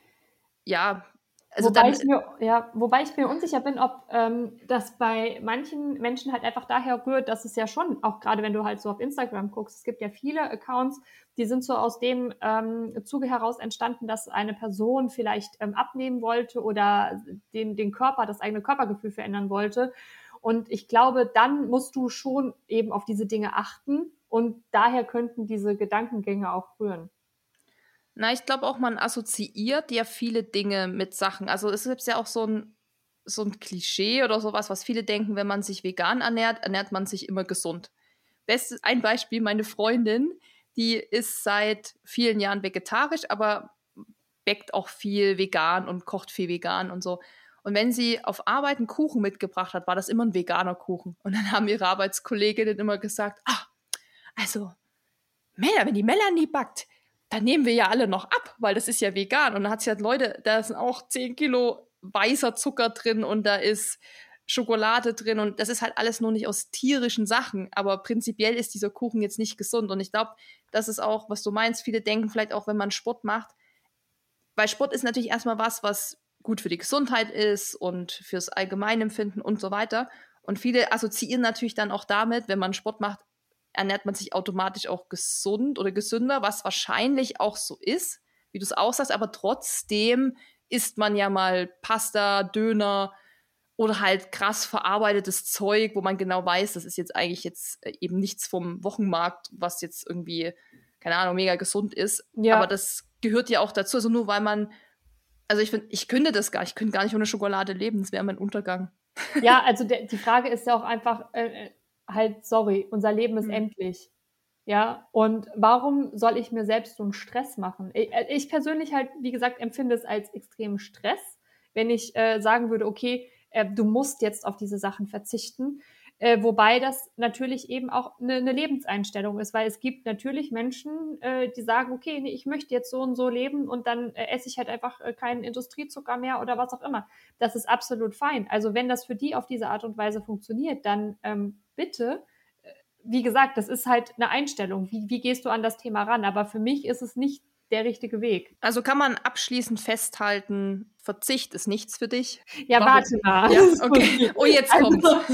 ja, also wobei, dann, ich mir, ja, wobei ich mir unsicher bin, ob ähm, das bei manchen Menschen halt einfach daher rührt, dass es ja schon, auch gerade wenn du halt so auf Instagram guckst, es gibt ja viele Accounts, die sind so aus dem ähm, Zuge heraus entstanden, dass eine Person vielleicht ähm, abnehmen wollte oder den, den Körper, das eigene Körpergefühl verändern wollte. Und ich glaube, dann musst du schon eben auf diese Dinge achten und daher könnten diese Gedankengänge auch rühren. na, ich glaube auch, man assoziiert ja viele Dinge mit Sachen. Also es gibt ja auch so ein, so ein Klischee oder sowas, was viele denken, wenn man sich vegan ernährt, ernährt man sich immer gesund. Bestes, ein Beispiel, meine Freundin, die ist seit vielen Jahren vegetarisch, aber backt auch viel vegan und kocht viel vegan und so. Und wenn sie auf Arbeit einen Kuchen mitgebracht hat, war das immer ein veganer Kuchen. Und dann haben ihre Arbeitskolleginnen immer gesagt, ah, also, Mella, wenn die Melanie backt, dann nehmen wir ja alle noch ab, weil das ist ja vegan. Und dann hat sie halt Leute, da sind auch zehn Kilo weißer Zucker drin und da ist Schokolade drin und das ist halt alles nur nicht aus tierischen Sachen, aber prinzipiell ist dieser Kuchen jetzt nicht gesund und ich glaube, das ist auch, was du meinst, viele denken vielleicht auch, wenn man Sport macht, weil Sport ist natürlich erstmal was, was gut für die Gesundheit ist und fürs Allgemeinempfinden und so weiter und viele assoziieren natürlich dann auch damit, wenn man Sport macht, ernährt man sich automatisch auch gesund oder gesünder, was wahrscheinlich auch so ist, wie du es auch sagst, aber trotzdem isst man ja mal Pasta, Döner oder halt krass verarbeitetes Zeug, wo man genau weiß, das ist jetzt eigentlich jetzt eben nichts vom Wochenmarkt, was jetzt irgendwie, keine Ahnung, mega gesund ist. Ja. Aber das gehört ja auch dazu. Also nur weil man, also ich finde, ich könnte das gar, ich könnte gar nicht ohne Schokolade leben, das wäre mein Untergang. Ja, also der, die Frage ist ja auch einfach, äh, halt, sorry, unser Leben ist Hm. endlich. Ja, und warum soll ich mir selbst so einen Stress machen? I äh, ich persönlich halt, wie gesagt, empfinde es als extremen Stress, wenn ich, äh, sagen würde: „Okay, äh, du musst jetzt auf diese Sachen verzichten.“ Äh, wobei das natürlich eben auch eine 'ne Lebenseinstellung ist, weil es gibt natürlich Menschen, äh, die sagen: „Okay, ne, ich möchte jetzt so und so leben und dann, äh, esse ich halt einfach, äh, keinen Industriezucker mehr“ oder was auch immer. Das ist absolut fein. Also, wenn das für die auf diese Art und Weise funktioniert, dann, ähm, bitte. Wie gesagt, das ist halt eine Einstellung. Wie wie gehst du an das Thema ran? Aber für mich ist es nicht der richtige Weg. Also kann man abschließend festhalten, Verzicht ist nichts für dich? Ja, Warum? warte mal. Ja, Das muss okay. ich Oh, jetzt kommt's. also,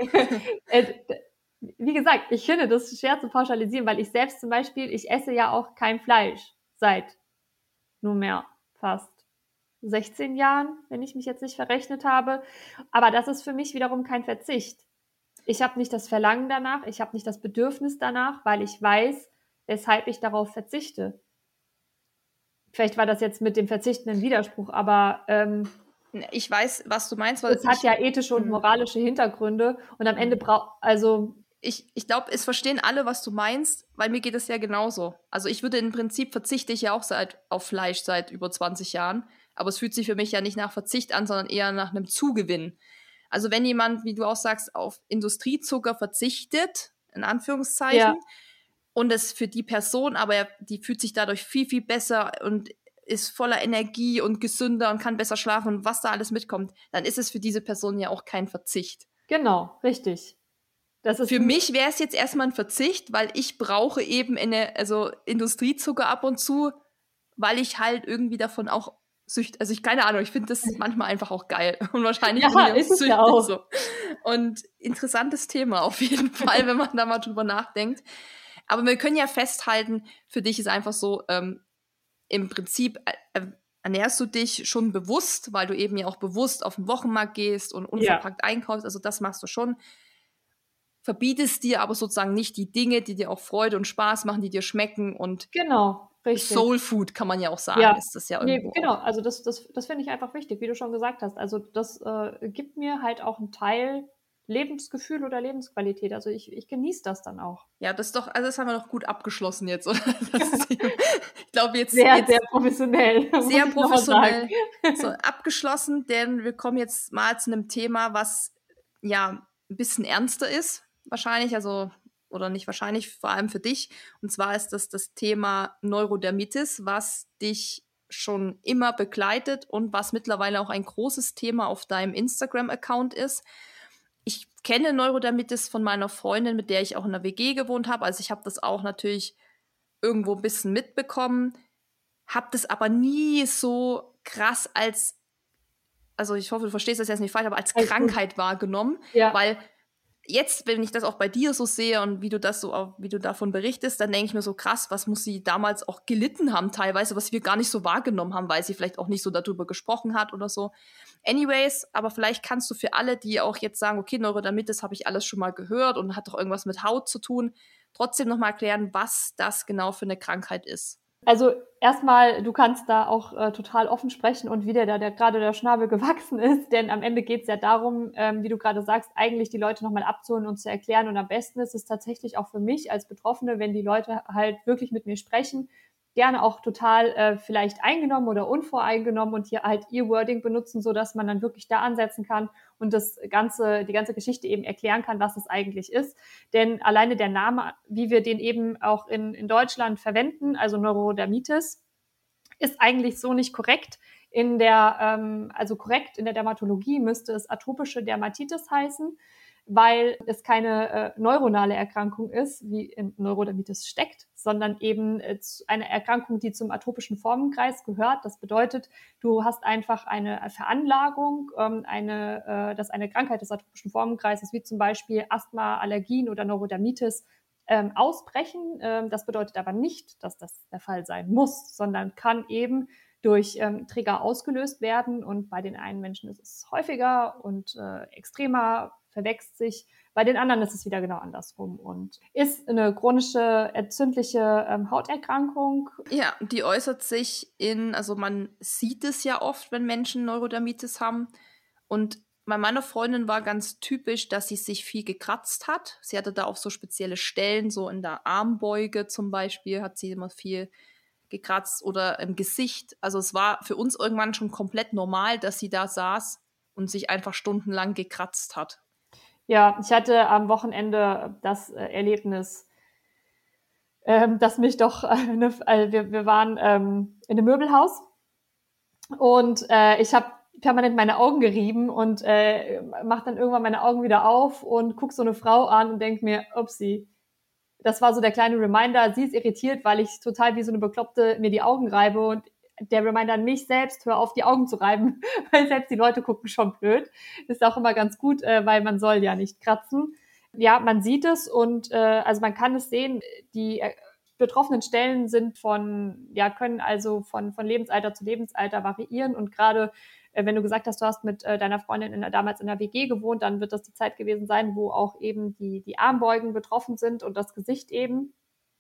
äh, d wie gesagt, ich finde das schwer zu pauschalisieren, weil ich selbst zum Beispiel ich esse ja auch kein Fleisch seit nunmehr fast sechzehn Jahren, wenn ich mich jetzt nicht verrechnet habe. Aber das ist für mich wiederum kein Verzicht. Ich habe nicht das Verlangen danach, ich habe nicht das Bedürfnis danach, weil ich weiß, weshalb ich darauf verzichte. Vielleicht war das jetzt mit dem Verzichten 'n Widerspruch, aber, ähm, Ich weiß, was du meinst, weil es hat ich ja ethische und hm, moralische Hintergründe und am Ende hm. brau also Ich ich glaube, es verstehen alle, was du meinst, weil mir geht es ja genauso. Also, ich würde im Prinzip verzichte ich ja auch seit auf Fleisch seit über zwanzig Jahren, aber es fühlt sich für mich ja nicht nach Verzicht an, sondern eher nach 'nem Zugewinn. Also, wenn jemand, wie du auch sagst, auf Industriezucker verzichtet, in ja, Anführungszeichen, und es für die Person aber er die fühlt sich dadurch viel, viel besser und ist voller Energie und gesünder und kann besser schlafen und was da alles mitkommt, dann ist es für diese Person ja auch kein Verzicht. genau, richtig. Das ist Für für mich mich wäre es jetzt erst mal 'n Verzicht, weil ich brauche eben eine also, Industriezucker ab und zu, weil ich halt irgendwie davon auch sücht also, ich keine Ahnung, ich finde das manchmal einfach auch geil und wahrscheinlich bin ja, ich auch ist es ja süchtig auch. so. Und interessantes Thema auf jeden Fall, wenn man da mal drüber nachdenkt. Aber wir können ja festhalten, für dich ist einfach so, ähm, im Prinzip, äh, äh, ernährst du dich schon bewusst, weil du eben ja auch bewusst auf 'n Wochenmarkt gehst und Ja, unverpackt einkaufst, also, das machst du schon. Verbietest dir aber sozusagen nicht die Dinge, die dir auch Freude und Spaß machen, die dir schmecken und genau, richtig. Soul Food kann man ja auch sagen, Ja, ist das ja ne, irgendwo genau. auch. Also, das das das finde ich einfach wichtig, wie du schon gesagt hast. Also, das, äh, gibt mir halt auch 'n Teil Lebensgefühl oder Lebensqualität. Also, ich ich genieße das dann auch. Ja, das ist doch also, das haben wir doch gut abgeschlossen jetzt, oder? Das Thema. Ich glaube, jetzt Sehr, sehr jetzt professionell, muss sehr ich noch mal sagen. professionell so abgeschlossen, denn wir kommen jetzt mal zu 'nem Thema, was, ja, 'n bisschen ernster ist wahrscheinlich, also oder nicht wahrscheinlich, vor allem für dich. Und zwar ist das das Thema Neurodermitis, was dich schon immer begleitet und was mittlerweile auch ein großes Thema auf deinem Instagram-Account ist. Ich kenne Neurodermitis von meiner Freundin, mit der ich auch in 'ner W G gewohnt habe. Also, ich habe das auch natürlich irgendwo 'n bisschen mitbekommen, habe das aber nie so krass als also, ich hoffe, du verstehst das jetzt nicht falsch, aber als Alles gut. Krankheit wahrgenommen, Ja, weil jetzt, wenn ich das auch bei dir so sehe und wie du das so auch wie du davon berichtest, dann denke ich mir so: „Krass, was muss sie damals auch gelitten haben teilweise, was wir gar nicht so wahrgenommen haben, weil sie vielleicht auch nicht so dadrüber gesprochen hat oder so.“ Anyways, aber vielleicht kannst du für alle, die auch jetzt sagen: „Okay, Neurodermitis habe ich alles schon mal gehört und hat doch irgendwas mit Haut zu tun“, trotzdem noch mal erklären, was das genau für 'ne Krankheit ist. also, erst mal, du kannst da auch, äh, total offen sprechen und wie dir da der grade der Schnabel gewachsen ist, denn am Ende geht's ja darum, ähm, wie du grade sagst, eigentlich die Leute noch mal abzuholen und zu erklären. Und am besten ist es tatsächlich auch für mich als Betroffene, wenn die Leute halt wirklich mit mir sprechen, gerne auch total, äh, vielleicht eingenommen oder unvoreingenommen und hier halt ihr Wording benutzen, sodass man dann wirklich da ansetzen kann und das ganze die ganze Geschichte eben erklären kann, was es eigentlich ist. Denn alleine der Name, wie wir den eben auch in in Deutschland verwenden, also Neurodermitis, ist eigentlich so nicht korrekt. In der, ähm, also korrekt in der Dermatologie müsste es atopische Dermatitis heißen, weil es keine äh, neuronale Erkrankung ist, wie in Neurodermitis steckt, sondern eben äh, eine Erkrankung, die zum atopischen Formenkreis gehört. Das bedeutet, du hast einfach eine Veranlagung, ähm, eine, äh, dass eine Krankheit des atopischen Formenkreises, wie zum Beispiel Asthma, Allergien oder Neurodermitis, ähm, ausbrechen. Ähm, das bedeutet aber nicht, dass das der Fall sein muss, sondern kann eben durch ähm, Trigger ausgelöst werden. Und bei den einen Menschen ist es häufiger und äh, extremer, verwächst sich. Bei den anderen ist es wieder genau andersrum und ist eine chronische entzündliche ähm, Hauterkrankung. Ja, die äußert sich in also, man sieht es ja oft, wenn Menschen Neurodermitis haben und Bei meiner Freundin war ganz typisch, dass sie sich viel gekratzt hat. Sie hatte da auch so spezielle Stellen, so in der Armbeuge zum Beispiel hat sie immer viel gekratzt oder im Gesicht. Also es war für uns irgendwann schon komplett normal, dass sie da saß und sich einfach stundenlang gekratzt hat. Ja, ich hatte am Wochenende das äh, Erlebnis, ähm, dass mich doch, äh, ne, äh, wir, wir waren ähm, in einem Möbelhaus und äh, ich habe permanent meine Augen gerieben und äh, mache dann irgendwann meine Augen wieder auf und guck so eine Frau an und denk mir, upsie. Das war so der kleine Reminder, sie ist irritiert, weil ich total wie so eine Bekloppte mir die Augen reibe und der Reminder an mich selbst, hör auf, die Augen zu reiben, weil selbst die Leute gucken schon blöd. Ist auch immer ganz gut, äh, weil man soll ja nicht kratzen. Ja, man sieht es und äh, also man kann es sehen, die äh, betroffenen Stellen sind von, ja, können also von, von Lebensalter zu Lebensalter variieren und gerade äh, wenn du gesagt hast, du hast mit äh, deiner Freundin in der, damals in der W G gewohnt, dann wird das die Zeit gewesen sein, wo auch eben die, die Armbeugen betroffen sind und das Gesicht eben.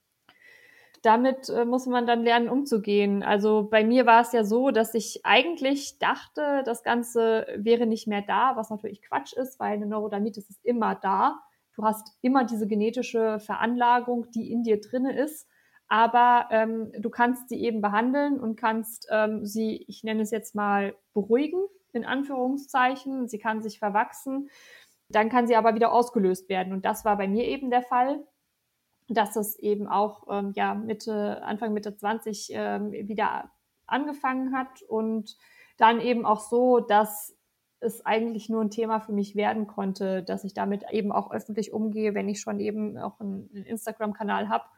Damit äh, muss man dann lernen, umzugehen. Also bei mir war es ja so, dass ich eigentlich dachte, das Ganze wäre nicht mehr da, was natürlich Quatsch ist, weil eine Neurodermitis ist immer da. Du hast immer diese genetische Veranlagung, die in dir drinne ist. Aber ähm, du kannst sie eben behandeln und kannst ähm, sie, ich nenne es jetzt mal, beruhigen, in Anführungszeichen. Sie kann sich verwachsen. Dann kann sie aber wieder ausgelöst werden. Und das war bei mir eben der Fall, dass es eben auch ähm, ja Mitte, Anfang Mitte zwanzig ähm, wieder angefangen hat und dann eben auch so, dass es eigentlich nur ein Thema für mich werden konnte, dass ich damit eben auch öffentlich umgehe, wenn ich schon eben auch einen, einen Instagram-Kanal habe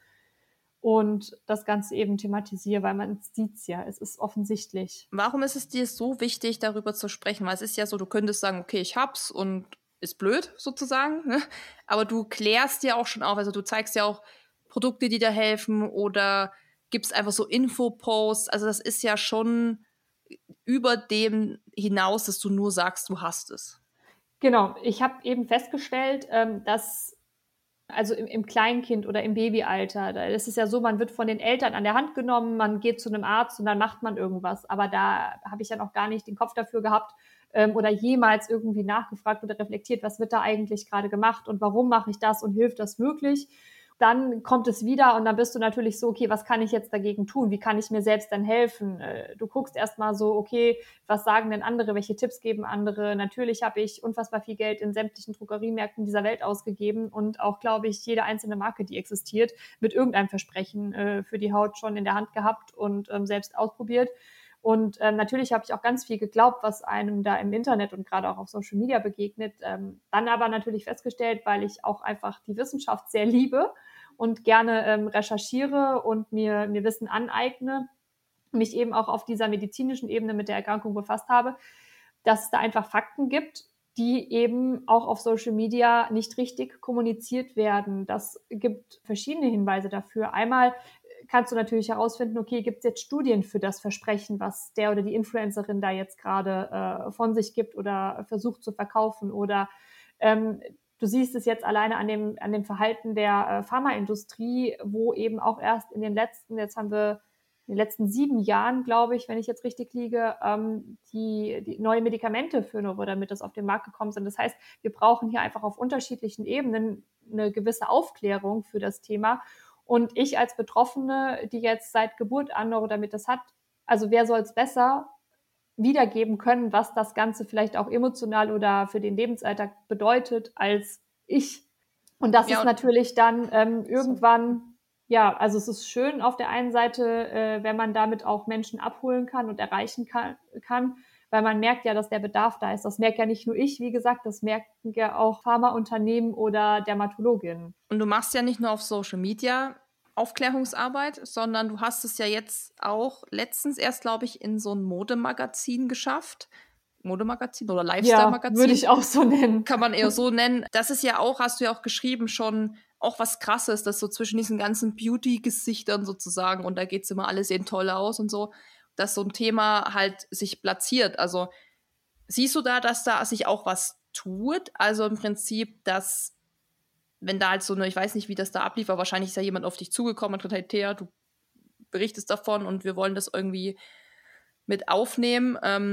und das Ganze eben thematisiere, weil man sieht es ja, es ist offensichtlich. Warum ist es dir so wichtig, darüber zu sprechen? Weil es ist ja so, du könntest sagen, okay, ich hab's und ist blöd sozusagen, ne? Aber du klärst ja auch schon auf, also du zeigst ja auch Produkte, die dir helfen oder gibst einfach so Infoposts, also das ist ja schon über dem hinaus, dass du nur sagst, du hast es. Genau, ich habe eben festgestellt, ähm, dass also im, im Kleinkind oder im Babyalter, da ist es ja so, man wird von den Eltern an der Hand genommen, man geht zu einem Arzt und dann macht man irgendwas. Aber da habe ich ja noch gar nicht den Kopf dafür gehabt ähm, oder jemals irgendwie nachgefragt oder reflektiert, was wird da eigentlich gerade gemacht und warum mache ich das und hilft das wirklich? Dann kommt es wieder und dann bist du natürlich so, okay, was kann ich jetzt dagegen tun? Wie kann ich mir selbst dann helfen? Du guckst erstmal so, okay, was sagen denn andere? Welche Tipps geben andere? Natürlich habe ich unfassbar viel Geld in sämtlichen Drogeriemärkten dieser Welt ausgegeben und auch, glaube ich, jede einzelne Marke, die existiert, mit irgendeinem Versprechen äh, für die Haut schon in der Hand gehabt und ähm, selbst ausprobiert. Und ähm, natürlich habe ich auch ganz viel geglaubt, was einem da im Internet und gerade auch auf Social Media begegnet. Ähm, dann aber natürlich festgestellt, weil ich auch einfach die Wissenschaft sehr liebe und gerne ähm, recherchiere und mir, mir Wissen aneigne, mich eben auch auf dieser medizinischen Ebene mit der Erkrankung befasst habe, dass es da einfach Fakten gibt, die eben auch auf Social Media nicht richtig kommuniziert werden. Das gibt verschiedene Hinweise dafür. Einmal kannst du natürlich herausfinden, okay, gibt es jetzt Studien für das Versprechen, was der oder die Influencerin da jetzt gerade äh, von sich gibt oder versucht zu verkaufen oder ähm, du siehst es jetzt alleine an dem, an dem Verhalten der äh, Pharmaindustrie, wo eben auch erst in den letzten, jetzt haben wir in den letzten sieben Jahren, glaube ich, wenn ich jetzt richtig liege, ähm, die, die neue Medikamente für Neurodermitis auf den Markt gekommen sind. Das heißt, wir brauchen hier einfach auf unterschiedlichen Ebenen eine gewisse Aufklärung für das Thema. Und ich als Betroffene, die jetzt seit Geburt an Neurodermitis hat, also wer soll es besser wiedergeben können, was das Ganze vielleicht auch emotional oder für den Lebensalltag bedeutet, als ich. Und das Ja, ist und natürlich dann ähm, irgendwann, ja, also es ist schön auf der einen Seite, äh, wenn man damit auch Menschen abholen kann und erreichen kann, kann, weil man merkt ja, dass der Bedarf da ist. Das merkt ja nicht nur ich, wie gesagt, das merken ja auch Pharmaunternehmen oder Dermatologinnen. Und du machst ja nicht nur auf Social Media Aufklärungsarbeit, sondern du hast es ja jetzt auch letztens erst, glaube ich, in so ein Modemagazin geschafft. Modemagazin oder Lifestyle-Magazin. Ja, würde ich auch so nennen. Kann man eher so nennen. Das ist ja auch, hast du ja auch geschrieben, schon auch was Krasses, dass so zwischen diesen ganzen Beauty-Gesichtern sozusagen, und da geht's immer, alle sehen toll aus und so, dass so ein Thema halt sich platziert. Also siehst du da, dass da sich auch was tut? Also im Prinzip, dass wenn da halt so eine, ich weiß nicht, wie das da ablief, aber wahrscheinlich ist ja jemand auf dich zugekommen und hat halt, Thea, du berichtest davon und wir wollen das irgendwie mit aufnehmen. Ähm,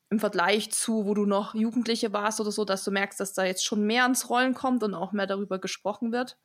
im Vergleich zu, wo du noch Jugendliche warst oder so, dass du merkst, dass da jetzt schon mehr ans Rollen kommt und auch mehr darüber gesprochen wird?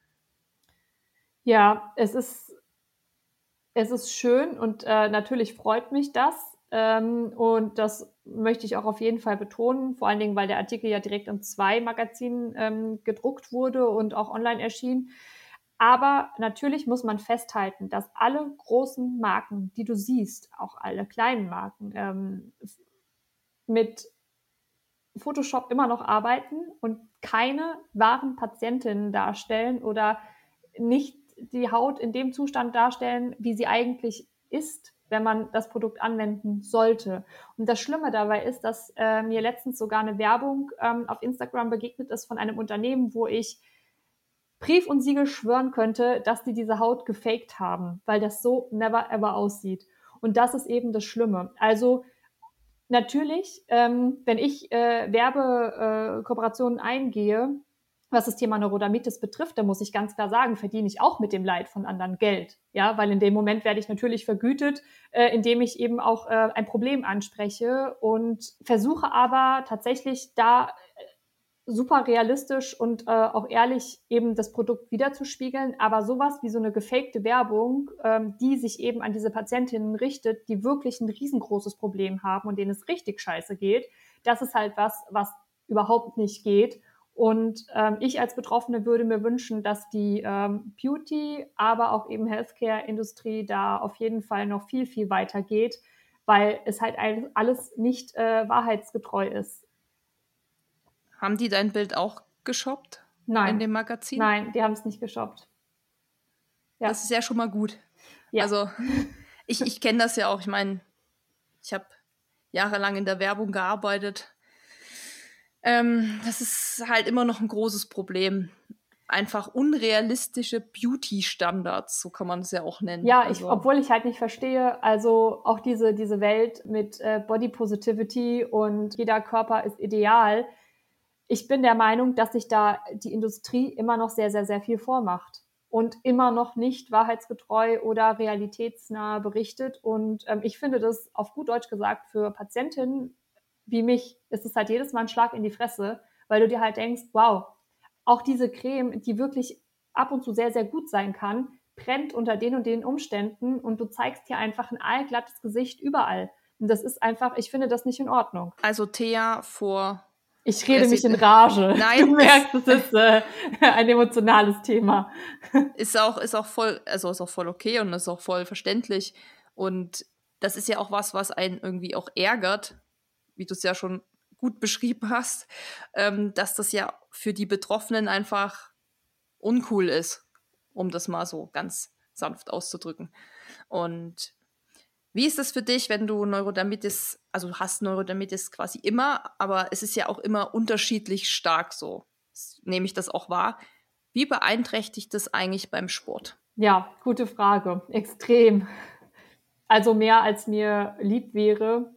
Ja, es ist, es ist schön und äh, natürlich freut mich das. Ähm, und das möchte ich auch auf jeden Fall betonen, vor allen Dingen, weil der Artikel ja direkt in zwei Magazinen ähm, gedruckt wurde und auch online erschien. Aber natürlich muss man festhalten, dass alle großen Marken, die du siehst, auch alle kleinen Marken, ähm, mit Photoshop immer noch arbeiten und keine wahren Patientinnen darstellen oder nicht die Haut in dem Zustand darstellen, wie sie eigentlich ist, wenn man das Produkt anwenden sollte. Und das Schlimme dabei ist, dass äh, mir letztens sogar eine Werbung ähm, auf Instagram begegnet ist von einem Unternehmen, wo ich Brief und Siegel schwören könnte, dass die diese Haut gefaked haben, weil das so never ever aussieht. Und das ist eben das Schlimme. Also natürlich, ähm, wenn ich äh, Werbekooperationen äh, eingehe, was das Thema Neurodermitis betrifft, da muss ich ganz klar sagen, verdiene ich auch mit dem Leid von anderen Geld. Ja, weil in dem Moment werde ich natürlich vergütet, äh, indem ich eben auch äh, ein Problem anspreche und versuche aber tatsächlich da super realistisch und äh, auch ehrlich eben das Produkt wiederzuspiegeln. Aber sowas wie so eine gefakte Werbung, ähm, die sich eben an diese Patientinnen richtet, die wirklich ein riesengroßes Problem haben und denen es richtig scheiße geht, das ist halt was, was überhaupt nicht geht. Und ähm, ich als Betroffene würde mir wünschen, dass die ähm, Beauty, aber auch eben Healthcare-Industrie da auf jeden Fall noch viel, viel weiter geht, weil es halt alles nicht äh, wahrheitsgetreu ist. Haben die dein Bild auch geshoppt in Nein, dem Magazin? nein, die haben es nicht geshoppt. Ja, Das ist ja schon mal gut. ja, Also ich, ich kenne das ja auch. Ich meine, ich habe jahrelang in der Werbung gearbeitet. Ähm, das ist halt immer noch ein großes Problem. Einfach unrealistische Beauty-Standards, so kann man es ja auch nennen. ja. Ich, Also obwohl ich halt nicht verstehe, also auch diese diese Welt mit äh, Body Positivity und jeder Körper ist ideal. Ich bin der Meinung, dass sich da die Industrie immer noch sehr, sehr, sehr viel vormacht und immer noch nicht wahrheitsgetreu oder realitätsnah berichtet. Und ähm, ich finde das auf gut Deutsch gesagt für Patientinnen wie mich ist es halt jedes Mal ein Schlag in die Fresse, weil du dir halt denkst, wow, auch diese Creme, die wirklich ab und zu sehr, sehr gut sein kann, brennt unter den und den Umständen und du zeigst hier einfach ein allglattes Gesicht überall. Und das ist einfach, ich finde das nicht in Ordnung. Also Thea vor. Ich rede mich in Rage. Nein, Du merkst, es ist äh, ein emotionales Thema. Ist auch, ist auch voll, also ist auch voll okay und ist auch voll verständlich. Und das ist ja auch was, was einen irgendwie auch ärgert, wie du es ja schon gut beschrieben hast, ähm, dass das ja für die Betroffenen einfach uncool ist, um das mal so ganz sanft auszudrücken. Und wie ist es für dich, wenn du Neurodermitis, also du hast Neurodermitis quasi immer, aber es ist ja auch immer unterschiedlich stark so. Das nehme ich das auch wahr. Wie beeinträchtigt das eigentlich beim Sport? Ja, gute Frage. Extrem. Also mehr als mir lieb wäre.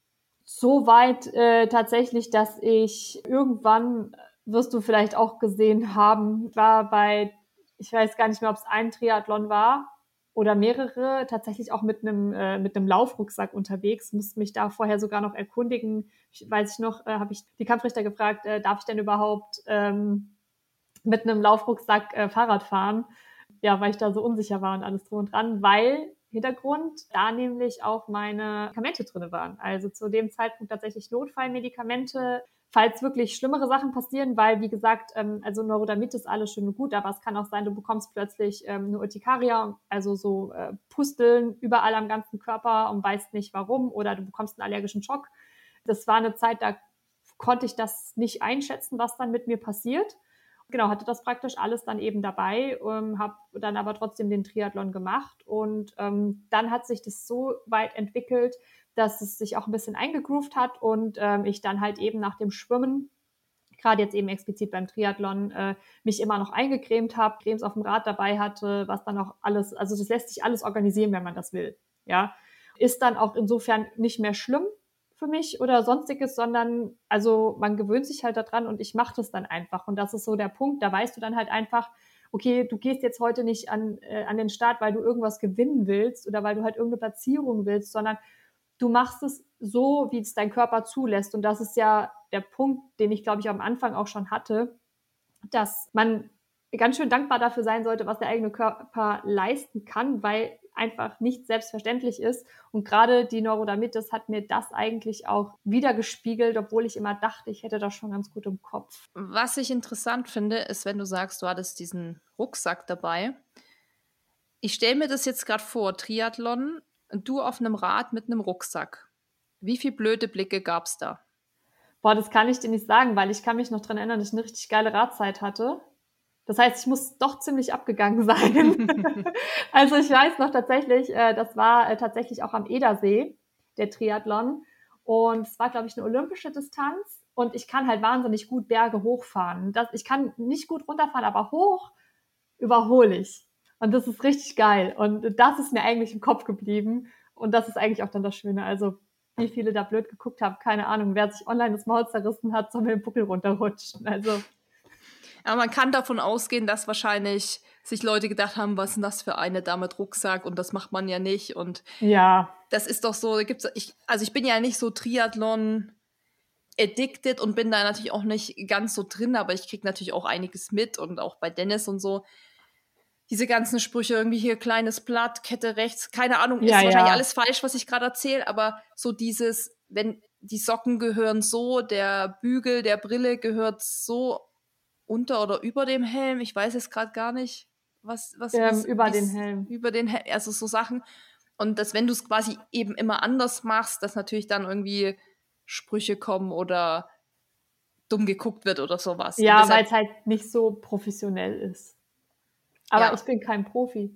So weit äh, tatsächlich, dass ich irgendwann, wirst du vielleicht auch gesehen haben, war bei, ich weiß gar nicht mehr, ob es ein Triathlon war oder mehrere, tatsächlich auch mit einem äh, mit einem Laufrucksack unterwegs, musste mich da vorher sogar noch erkundigen. Ich, weiß ich noch, äh, habe ich die Kampfrichter gefragt, äh, darf ich denn überhaupt ähm, mit einem Laufrucksack äh, Fahrrad fahren? Ja, weil ich da so unsicher war und alles drum und dran, weil Hintergrund, da nämlich auch meine Medikamente drin waren. Also zu dem Zeitpunkt tatsächlich Notfallmedikamente, falls wirklich schlimmere Sachen passieren, weil, wie gesagt, ähm, also Neurodermitis ist alles schön und gut, aber es kann auch sein, du bekommst plötzlich ähm, eine Urtikaria, also so äh, Pusteln überall am ganzen Körper und weißt nicht warum, oder du bekommst einen allergischen Schock. Das war eine Zeit, da konnte ich das nicht einschätzen, was dann mit mir passiert. Genau, hatte das praktisch alles dann eben dabei, ähm, habe dann aber trotzdem den Triathlon gemacht und ähm, dann hat sich das so weit entwickelt, dass es sich auch ein bisschen eingegroovt hat und ähm, ich dann halt eben nach dem Schwimmen, gerade jetzt eben explizit beim Triathlon, äh, mich immer noch eingecremt habe, Cremes auf dem Rad dabei hatte, was dann auch alles, also das lässt sich alles organisieren, wenn man das will, ja. Ist dann auch insofern nicht mehr schlimm für mich oder sonstiges, sondern also man gewöhnt sich halt daran und ich mache das dann einfach. Und das ist so der Punkt, da weißt du dann halt einfach, okay, du gehst jetzt heute nicht an, äh, an den Start, weil du irgendwas gewinnen willst oder weil du halt irgendeine Platzierung willst, sondern du machst es so, wie es dein Körper zulässt. Und das ist ja der Punkt, den ich, glaube ich, am Anfang auch schon hatte, dass man ganz schön dankbar dafür sein sollte, was der eigene Körper leisten kann, weil einfach nicht selbstverständlich ist. Und gerade die Neurodermitis hat mir das eigentlich auch wiedergespiegelt, obwohl ich immer dachte, ich hätte das schon ganz gut im Kopf. Was ich interessant finde, ist, wenn du sagst, du hattest diesen Rucksack dabei. Ich stelle mir das jetzt gerade vor, Triathlon, du auf einem Rad mit einem Rucksack. Wie viele blöde Blicke gab es da? Boah, das kann ich dir nicht sagen, weil ich kann mich noch dran erinnern, dass ich eine richtig geile Radzeit hatte. Das heißt, ich muss doch ziemlich abgegangen sein. Also ich weiß noch tatsächlich, äh, das war äh, tatsächlich auch am Edersee, der Triathlon. Und es war, glaube ich, eine olympische Distanz. Und ich kann halt wahnsinnig gut Berge hochfahren. Das, ich kann nicht gut runterfahren, aber hoch überhole ich. Und das ist richtig geil. Und das ist mir eigentlich im Kopf geblieben. Und das ist eigentlich auch dann das Schöne. Also wie viele da blöd geguckt haben, keine Ahnung. Wer sich online das Maul zerrissen hat, soll mit dem Buckel runterrutschen. Also Aber man kann davon ausgehen, dass wahrscheinlich sich Leute gedacht haben, was ist denn das für eine da mit Rucksack und das macht man ja nicht. Und ja, das ist doch so, gibt's, ich, also ich bin ja nicht so Triathlon addicted und bin da natürlich auch nicht ganz so drin, aber ich kriege natürlich auch einiges mit und auch bei Dennis und so. Diese ganzen Sprüche, irgendwie hier kleines Blatt, Kette rechts, keine Ahnung, ist Ja, ja. wahrscheinlich alles falsch, was ich gerade erzähle, aber so dieses, wenn die Socken gehören so, der Bügel der Brille gehört so unter oder über dem Helm, ich weiß jetzt gerade gar nicht, was, was, Ähm, wie's- über wie's- den Helm. über den Helm, also so Sachen. Und dass, wenn du es quasi eben immer anders machst, dass natürlich dann irgendwie Sprüche kommen oder dumm geguckt wird oder sowas. Und Ja, weil deshalb, es halt nicht so professionell ist. Aber ja, ich bin kein Profi.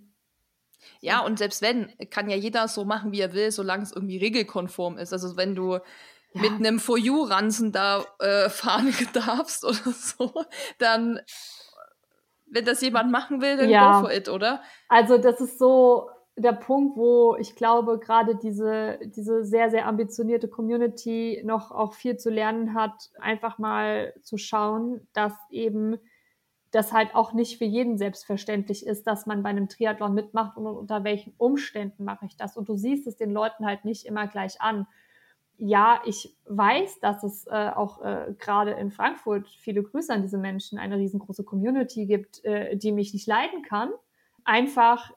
ja, und selbst wenn, kann ja jeder so machen, wie er will, solange es irgendwie regelkonform ist. Also wenn du Ja. mit einem For You-Ranzen da äh, fahren darfst oder so, dann, wenn das jemand machen will, dann Ja. go for it, oder? Also das ist so der Punkt, wo ich glaube, gerade diese, diese sehr, sehr ambitionierte Community noch auch viel zu lernen hat, einfach mal zu schauen, dass eben das halt auch nicht für jeden selbstverständlich ist, dass man bei einem Triathlon mitmacht und unter welchen Umständen mache ich das. Und du siehst es den Leuten halt nicht immer gleich an. Ja, ich weiß, dass es äh, auch äh, gerade in Frankfurt, viele Grüße an diese Menschen, eine riesengroße Community gibt, äh, die mich nicht leiden kann. Einfach,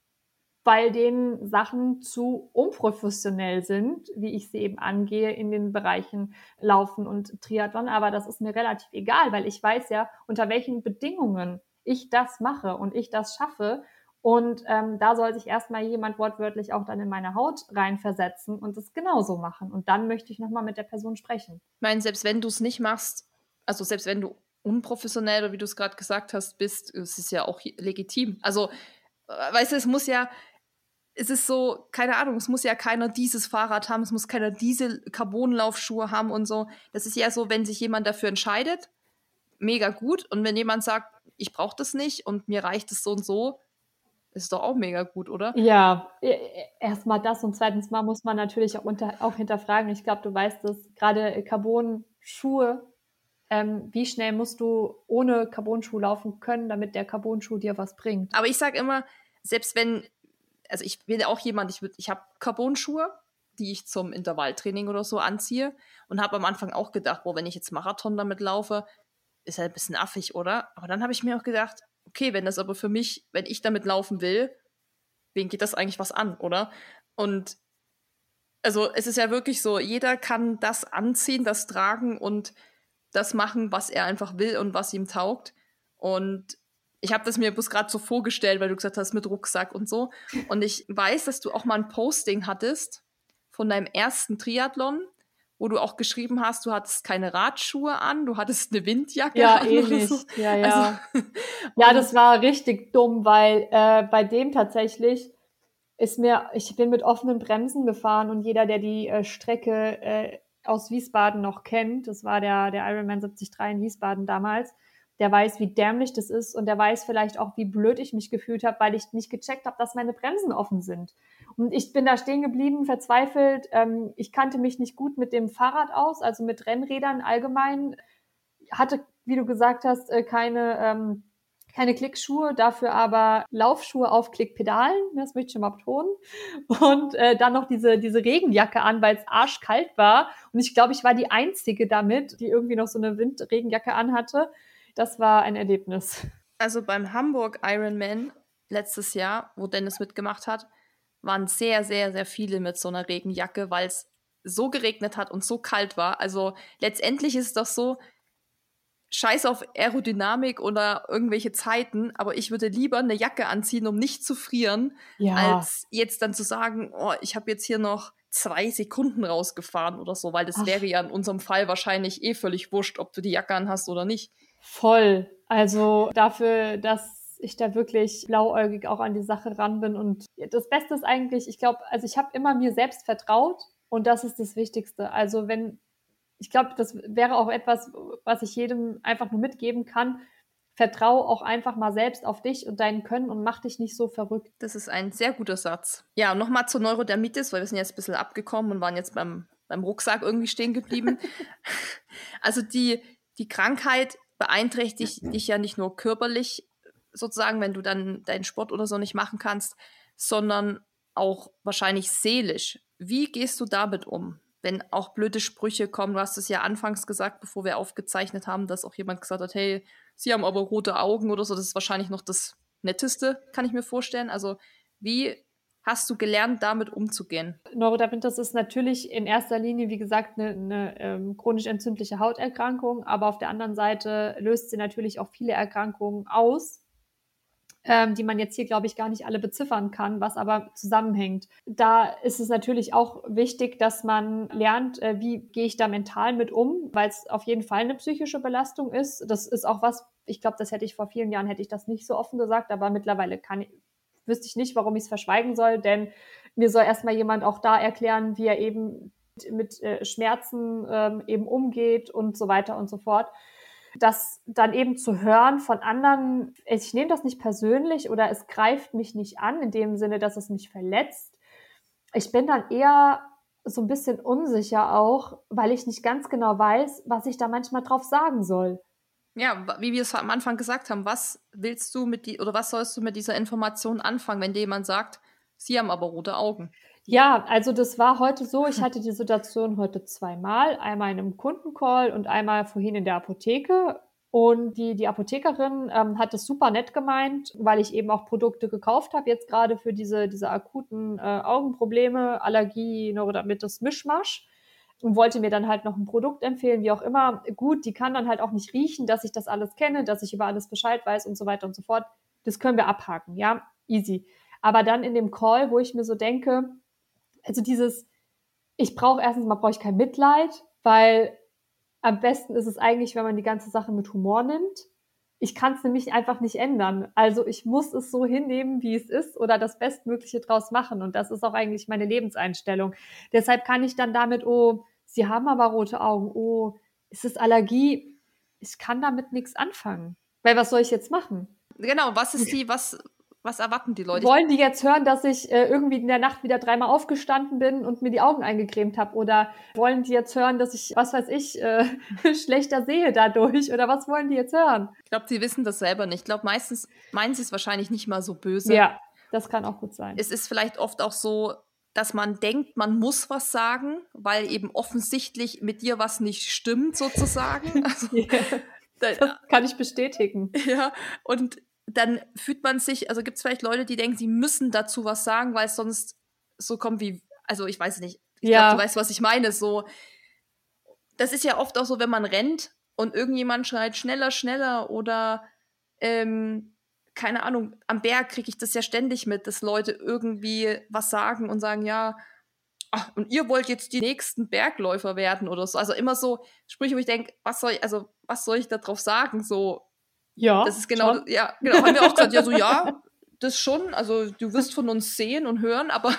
weil denen Sachen zu unprofessionell sind, wie ich sie eben angehe in den Bereichen Laufen und Triathlon. Aber das ist mir relativ egal, weil ich weiß ja, unter welchen Bedingungen ich das mache und ich das schaffe. Und ähm, da soll sich erstmal jemand wortwörtlich auch dann in meine Haut reinversetzen und es genauso machen. Und dann möchte ich nochmal mit der Person sprechen. Ich meine, selbst wenn du es nicht machst, also selbst wenn du unprofessionell oder wie du es gerade gesagt hast, bist, es ist ja auch legitim. Also, äh, weißt du, es muss ja, es ist so, keine Ahnung, es muss ja keiner dieses Fahrrad haben, es muss keiner diese Carbonlaufschuhe haben und so. Das ist ja so, wenn sich jemand dafür entscheidet, mega gut. Und wenn jemand sagt, ich brauche das nicht und mir reicht es so und so, ist doch auch mega gut, oder? Ja, erstmal das und zweitens mal muss man natürlich auch, unter, auch hinterfragen. Ich glaube, du weißt es, gerade Carbon-Schuhe, ähm, wie schnell musst du ohne Carbon-Schuh laufen können, damit der Carbon-Schuh dir was bringt? Aber ich sage immer, selbst wenn, also ich bin auch jemand, ich, ich habe Carbon-Schuhe, die ich zum Intervalltraining oder so anziehe und habe am Anfang auch gedacht, boah, wenn ich jetzt Marathon damit laufe, ist halt ein bisschen affig, oder? Aber dann habe ich mir auch gedacht, okay, wenn das aber für mich, wenn ich damit laufen will, wen geht das eigentlich was an, oder? Und also es ist ja wirklich so, jeder kann das anziehen, das tragen und das machen, was er einfach will und was ihm taugt. Und ich habe das mir bloß gerade so vorgestellt, weil du gesagt hast, mit Rucksack und so. Und ich weiß, dass du auch mal ein Posting hattest von deinem ersten Triathlon, wo du auch geschrieben hast, du hattest keine Radschuhe an, du hattest eine Windjacke Ja, an. ähnlich. So. Ja, ja. Also, ja, das war richtig dumm, weil äh, bei dem tatsächlich ist mir, ich bin mit offenen Bremsen gefahren und jeder, der die äh, Strecke äh, aus Wiesbaden noch kennt, das war der, der Ironman siebzig Komma drei in Wiesbaden damals, der weiß, wie dämlich das ist und der weiß vielleicht auch, wie blöd ich mich gefühlt habe, weil ich nicht gecheckt habe, dass meine Bremsen offen sind. Und ich bin da stehen geblieben, verzweifelt. Ähm, ich kannte mich nicht gut mit dem Fahrrad aus, also mit Rennrädern allgemein. Hatte, wie du gesagt hast, äh, keine, ähm, keine Klickschuhe, dafür aber Laufschuhe auf Klickpedalen, das möchte ich schon mal betonen. Und äh, dann noch diese, diese Regenjacke an, weil es arschkalt war. Und ich glaube, ich war die Einzige damit, die irgendwie noch so eine Windregenjacke anhatte. Das war ein Erlebnis. Also beim Hamburg Ironman letztes Jahr, wo Dennis mitgemacht hat, waren sehr, sehr, sehr viele mit so einer Regenjacke, weil es so geregnet hat und so kalt war. Also letztendlich ist es doch so, scheiß auf Aerodynamik oder irgendwelche Zeiten, aber ich würde lieber eine Jacke anziehen, um nicht zu frieren, Ja. als jetzt dann zu sagen, oh, ich habe jetzt hier noch zwei Sekunden rausgefahren oder so, weil das Ach. wäre ja in unserem Fall wahrscheinlich eh völlig wurscht, ob du die Jacke anhast oder nicht. Voll. Also dafür, dass ich da wirklich blauäugig auch an die Sache ran bin. Und das Beste ist eigentlich, ich glaube, also ich habe immer mir selbst vertraut und das ist das Wichtigste. Also wenn Ich glaube, das wäre auch etwas, was ich jedem einfach nur mitgeben kann. Vertrau auch einfach mal selbst auf dich und dein Können und mach dich nicht so verrückt. Das ist ein sehr guter Satz. Ja, und nochmal zur Neurodermitis, weil wir sind jetzt ein bisschen abgekommen und waren jetzt beim, beim Rucksack irgendwie stehen geblieben. Also die, die Krankheit beeinträchtigt dich ja nicht nur körperlich, sozusagen, wenn du dann deinen Sport oder so nicht machen kannst, sondern auch wahrscheinlich seelisch. Wie gehst du damit um? Wenn auch blöde Sprüche kommen, du hast es ja anfangs gesagt, bevor wir aufgezeichnet haben, dass auch jemand gesagt hat, hey, sie haben aber rote Augen oder so, das ist wahrscheinlich noch das Netteste, kann ich mir vorstellen. Also wie hast du gelernt, damit umzugehen? Neurodermitis ist natürlich in erster Linie, wie gesagt, eine, eine ähm, chronisch entzündliche Hauterkrankung, aber auf der anderen Seite löst sie natürlich auch viele Erkrankungen aus, ähm, die man jetzt hier, glaube ich, gar nicht alle beziffern kann, was aber zusammenhängt. Da ist es natürlich auch wichtig, dass man lernt, äh, wie gehe ich da mental mit um, weil es auf jeden Fall eine psychische Belastung ist. Das ist auch was, ich glaube, das hätte ich vor vielen Jahren, hätte ich das nicht so offen gesagt, aber mittlerweile kann ich, wüsste ich nicht, warum ich es verschweigen soll, denn mir soll erstmal jemand auch da erklären, wie er eben mit äh, Schmerzen ähm, eben umgeht und so weiter und so fort. Das dann eben zu hören von anderen, ich nehme das nicht persönlich oder es greift mich nicht an, in dem Sinne, dass es mich verletzt. Ich bin dann eher so ein bisschen unsicher auch, weil ich nicht ganz genau weiß, was ich da manchmal drauf sagen soll. Ja, wie wir es am Anfang gesagt haben, was willst du mit die oder was sollst du mit dieser Information anfangen, wenn dir jemand sagt, sie haben aber rote Augen? Ja, also das war heute so, ich hatte die Situation heute zweimal, einmal in einem Kundencall und einmal vorhin in der Apotheke. Und die, die Apothekerin ähm, hat es super nett gemeint, weil ich eben auch Produkte gekauft habe, jetzt gerade für diese, diese akuten äh, Augenprobleme, Allergie, Neurodermitis, Mischmasch. Und wollte mir dann halt noch ein Produkt empfehlen, wie auch immer. Gut, die kann dann halt auch nicht riechen, dass ich das alles kenne, dass ich über alles Bescheid weiß und so weiter und so fort. Das können wir abhaken, ja, easy. Aber dann in dem Call, wo ich mir so denke, also dieses, ich brauche erstens mal brauche ich kein Mitleid, weil am besten ist es eigentlich, wenn man die ganze Sache mit Humor nimmt. Ich kann es nämlich einfach nicht ändern. Also ich muss es so hinnehmen, wie es ist oder das Bestmögliche draus machen. Und das ist auch eigentlich meine Lebenseinstellung. Deshalb kann ich dann damit, oh, Sie haben aber rote Augen, oh, ist es Allergie? Ich kann damit nichts anfangen. Weil was soll ich jetzt machen? Genau, was ist die, was, was erwarten die Leute? Wollen die jetzt hören, dass ich äh, irgendwie in der Nacht wieder dreimal aufgestanden bin und mir die Augen eingecremt habe? Oder wollen die jetzt hören, dass ich, was weiß ich, äh, schlechter sehe dadurch? Oder was wollen die jetzt hören? Ich glaube, sie wissen das selber nicht. Ich glaube, meistens meinen sie es wahrscheinlich nicht mal so böse. Ja, das kann auch gut sein. Es ist vielleicht oft auch so, dass man denkt, man muss was sagen, weil eben offensichtlich mit dir was nicht stimmt, sozusagen. Also, Ja, das kann ich bestätigen. Ja, und dann fühlt man sich, also gibt es vielleicht Leute, die denken, sie müssen dazu was sagen, weil es sonst so kommt wie, also ich weiß nicht, ich Ja. glaube, du weißt, was ich meine, so, das ist ja oft auch so, wenn man rennt und irgendjemand schreit schneller, schneller oder, ähm, keine Ahnung, am Berg kriege ich das ja ständig mit, dass Leute irgendwie was sagen und sagen, ja, ach, und ihr wollt jetzt die nächsten Bergläufer werden oder so. Also immer so Sprüche, wo ich denke, was soll ich, also was soll ich da drauf sagen? So, Ja, das ist genau, schon. ja, genau, haben wir auch gesagt, ja, so, ja, das schon, also du wirst von uns sehen und hören, aber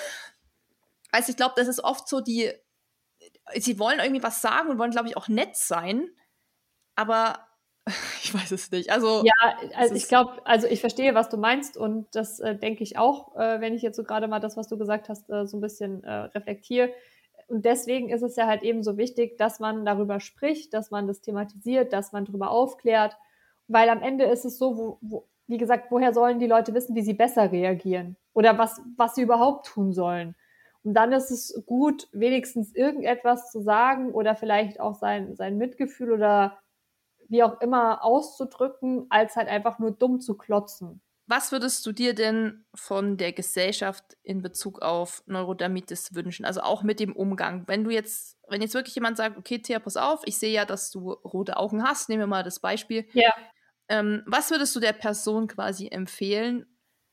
also ich glaube, das ist oft so die, sie wollen irgendwie was sagen und wollen, glaube ich, auch nett sein, aber ich weiß es nicht. Also, Ja, also ich glaube, also ich verstehe, was du meinst und das äh, denke ich auch, äh, wenn ich jetzt so gerade mal das, was du gesagt hast, äh, so ein bisschen äh, reflektiere. Und deswegen ist es ja halt eben so wichtig, dass man darüber spricht, dass man das thematisiert, dass man darüber aufklärt weil am Ende ist es so, wo, wo, wie gesagt, woher sollen die Leute wissen, wie sie besser reagieren oder was, was sie überhaupt tun sollen? Und dann ist es gut, wenigstens irgendetwas zu sagen oder vielleicht auch sein, sein Mitgefühl oder wie auch immer auszudrücken, als halt einfach nur dumm zu klotzen. Was würdest du dir denn von der Gesellschaft in Bezug auf Neurodermitis wünschen? Also auch mit dem Umgang. Wenn du jetzt, wenn jetzt wirklich jemand sagt, okay, Thea, pass auf, ich sehe ja, dass du rote Augen hast, nehmen wir mal das Beispiel. Ja. Ähm, was würdest du der Person quasi empfehlen?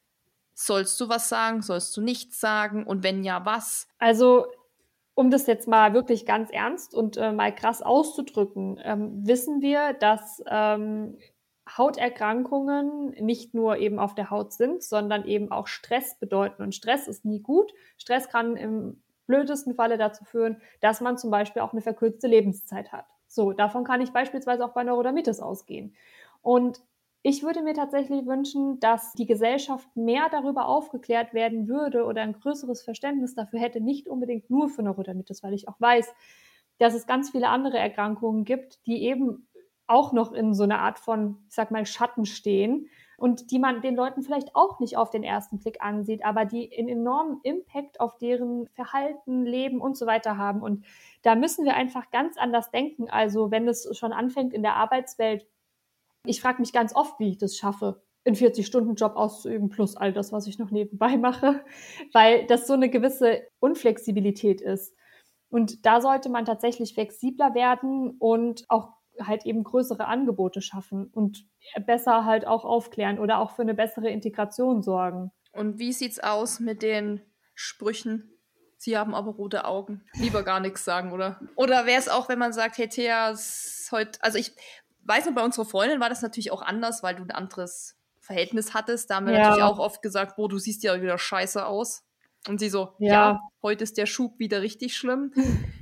Sollst du was sagen? Sollst du nichts sagen? Und wenn ja, was? Also, um das jetzt mal wirklich ganz ernst und äh, mal krass auszudrücken, ähm, wissen wir, dass ähm, Hauterkrankungen nicht nur eben auf der Haut sind, sondern eben auch Stress bedeuten. Und Stress ist nie gut. Stress kann im blödesten Falle dazu führen, dass man zum Beispiel auch eine verkürzte Lebenszeit hat. So, davon kann ich beispielsweise auch bei Neurodermitis ausgehen. Und ich würde mir tatsächlich wünschen, dass die Gesellschaft mehr darüber aufgeklärt werden würde oder ein größeres Verständnis dafür hätte, nicht unbedingt nur für Neurodermitis, weil ich auch weiß, dass es ganz viele andere Erkrankungen gibt, die eben auch noch in so einer Art von, ich sag mal, Schatten stehen und die man den Leuten vielleicht auch nicht auf den ersten Blick ansieht, aber die einen enormen Impact auf deren Verhalten, Leben und so weiter haben. Und da müssen wir einfach ganz anders denken. Also wenn es schon anfängt in der Arbeitswelt, ich frage mich ganz oft, wie ich das schaffe, einen vierzig-Stunden-Job auszuüben, plus all das, was ich noch nebenbei mache, weil das so eine gewisse Unflexibilität ist. Und da sollte man tatsächlich flexibler werden und auch halt eben größere Angebote schaffen und besser halt auch aufklären oder auch für eine bessere Integration sorgen. Und wie sieht's aus mit den Sprüchen? Sie haben aber rote Augen. Lieber gar nichts sagen, oder? Oder wäre es auch, wenn man sagt, hey, Thea, ist heute, also ich weiß noch, bei unserer Freundin war das natürlich auch anders, weil du ein anderes Verhältnis hattest. Da haben wir Ja. natürlich auch oft gesagt, boah, du siehst ja wieder scheiße aus. Und sie so, ja, Ja. heute ist der Schub wieder richtig schlimm.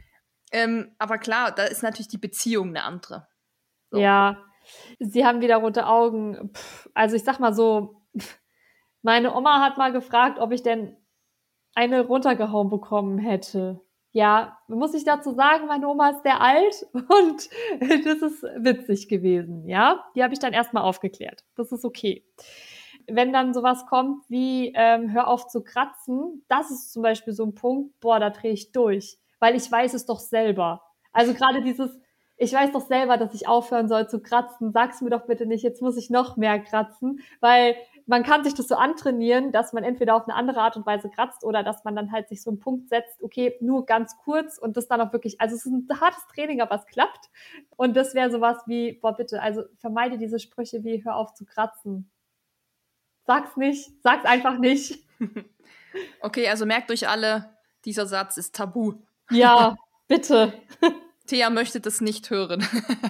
ähm, aber klar, da ist natürlich die Beziehung eine andere. So. Ja, sie haben wieder rote Augen. Pff, also ich sag mal so, meine Oma hat mal gefragt, ob ich denn eine runtergehauen bekommen hätte. Ja, muss ich dazu sagen, meine Oma ist sehr alt und das ist witzig gewesen, ja. Die habe ich dann erstmal aufgeklärt. Das ist okay. Wenn dann sowas kommt wie, ähm, hör auf zu kratzen, das ist zum Beispiel so ein Punkt, boah, da drehe ich durch, weil ich weiß es doch selber. Also gerade dieses, ich weiß doch selber, dass ich aufhören soll zu kratzen, sag's mir doch bitte nicht, jetzt muss ich noch mehr kratzen, weil man kann sich das so antrainieren, dass man entweder auf eine andere Art und Weise kratzt oder dass man dann halt sich so einen Punkt setzt, okay, nur ganz kurz und das dann auch wirklich, also es ist ein hartes Training, aber es klappt. Und das wäre sowas wie, boah, bitte, also vermeide diese Sprüche wie, hör auf zu kratzen. Sag's nicht, sag's einfach nicht. Okay, also merkt euch alle, dieser Satz ist tabu. Ja, bitte. Thea möchte das nicht hören.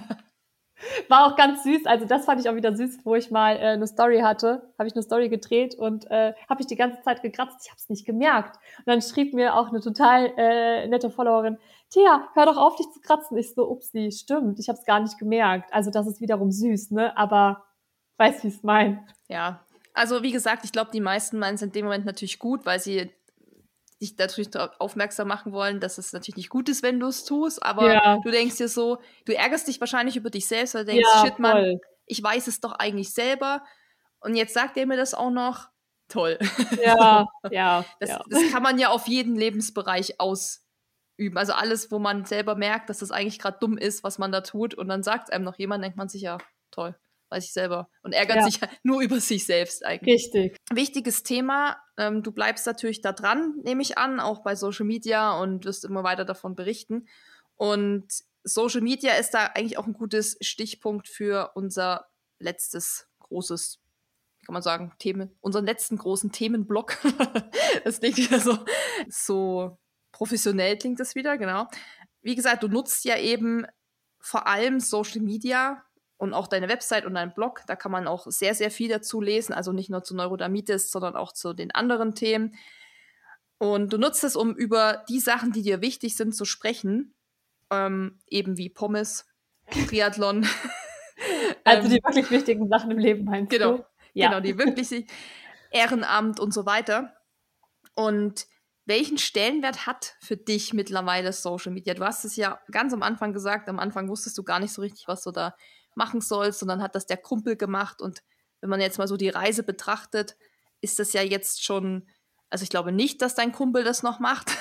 War auch ganz süß, also das fand ich auch wieder süß, wo ich mal äh, eine Story hatte, habe ich eine Story gedreht und äh, habe ich die ganze Zeit gekratzt, ich habe es nicht gemerkt. Und dann schrieb mir auch eine total äh, nette Followerin, Thea, hör doch auf, dich zu kratzen. Ich so, upsie, stimmt, ich habe es gar nicht gemerkt. Also das ist wiederum süß, ne? Aber weiß, wie es meint. Ja, also wie gesagt, ich glaube, die meisten meinen es in dem Moment natürlich gut, weil sie dich natürlich darauf aufmerksam machen wollen, dass es natürlich nicht gut ist, wenn du es tust, aber Ja. du denkst dir so, du ärgerst dich wahrscheinlich über dich selbst, weil du denkst, Ja, shit, Mann, voll. ich weiß es doch eigentlich selber und jetzt sagt er mir das auch noch, toll. Ja, ja, Das, ja. das kann man ja auf jeden Lebensbereich ausüben, also alles, wo man selber merkt, dass das eigentlich gerade dumm ist, was man da tut und dann sagt es einem noch jemand, denkt man sich, ja, toll, weiß ich selber und ärgert Ja. sich nur über sich selbst eigentlich. Richtig. Wichtiges Thema, ähm, du bleibst natürlich da dran, nehme ich an, auch bei Social Media und wirst immer weiter davon berichten. Und Social Media ist da eigentlich auch ein gutes Stichpunkt für unser letztes großes, wie kann man sagen, Themen, unseren letzten großen Themenblock. Das klingt wieder so, so professionell klingt das wieder, genau. Wie gesagt, du nutzt ja eben vor allem Social Media und auch deine Website und deinen Blog, da kann man auch sehr, sehr viel dazu lesen, also nicht nur zu Neurodermitis, sondern auch zu den anderen Themen. Und du nutzt es, um über die Sachen, die dir wichtig sind, zu sprechen, ähm, eben wie Pommes, Triathlon. Also die ähm, wirklich wichtigen Sachen im Leben meinst genau, du? Ja. genau, die wirklich Ehrenamt und so weiter. Und welchen Stellenwert hat für dich mittlerweile Social Media? Du hast es ja ganz am Anfang gesagt, am Anfang wusstest du gar nicht so richtig, was du da machen sollst und dann hat das der Kumpel gemacht und wenn man jetzt mal so die Reise betrachtet, ist das ja jetzt schon, also ich glaube nicht, dass dein Kumpel das noch macht.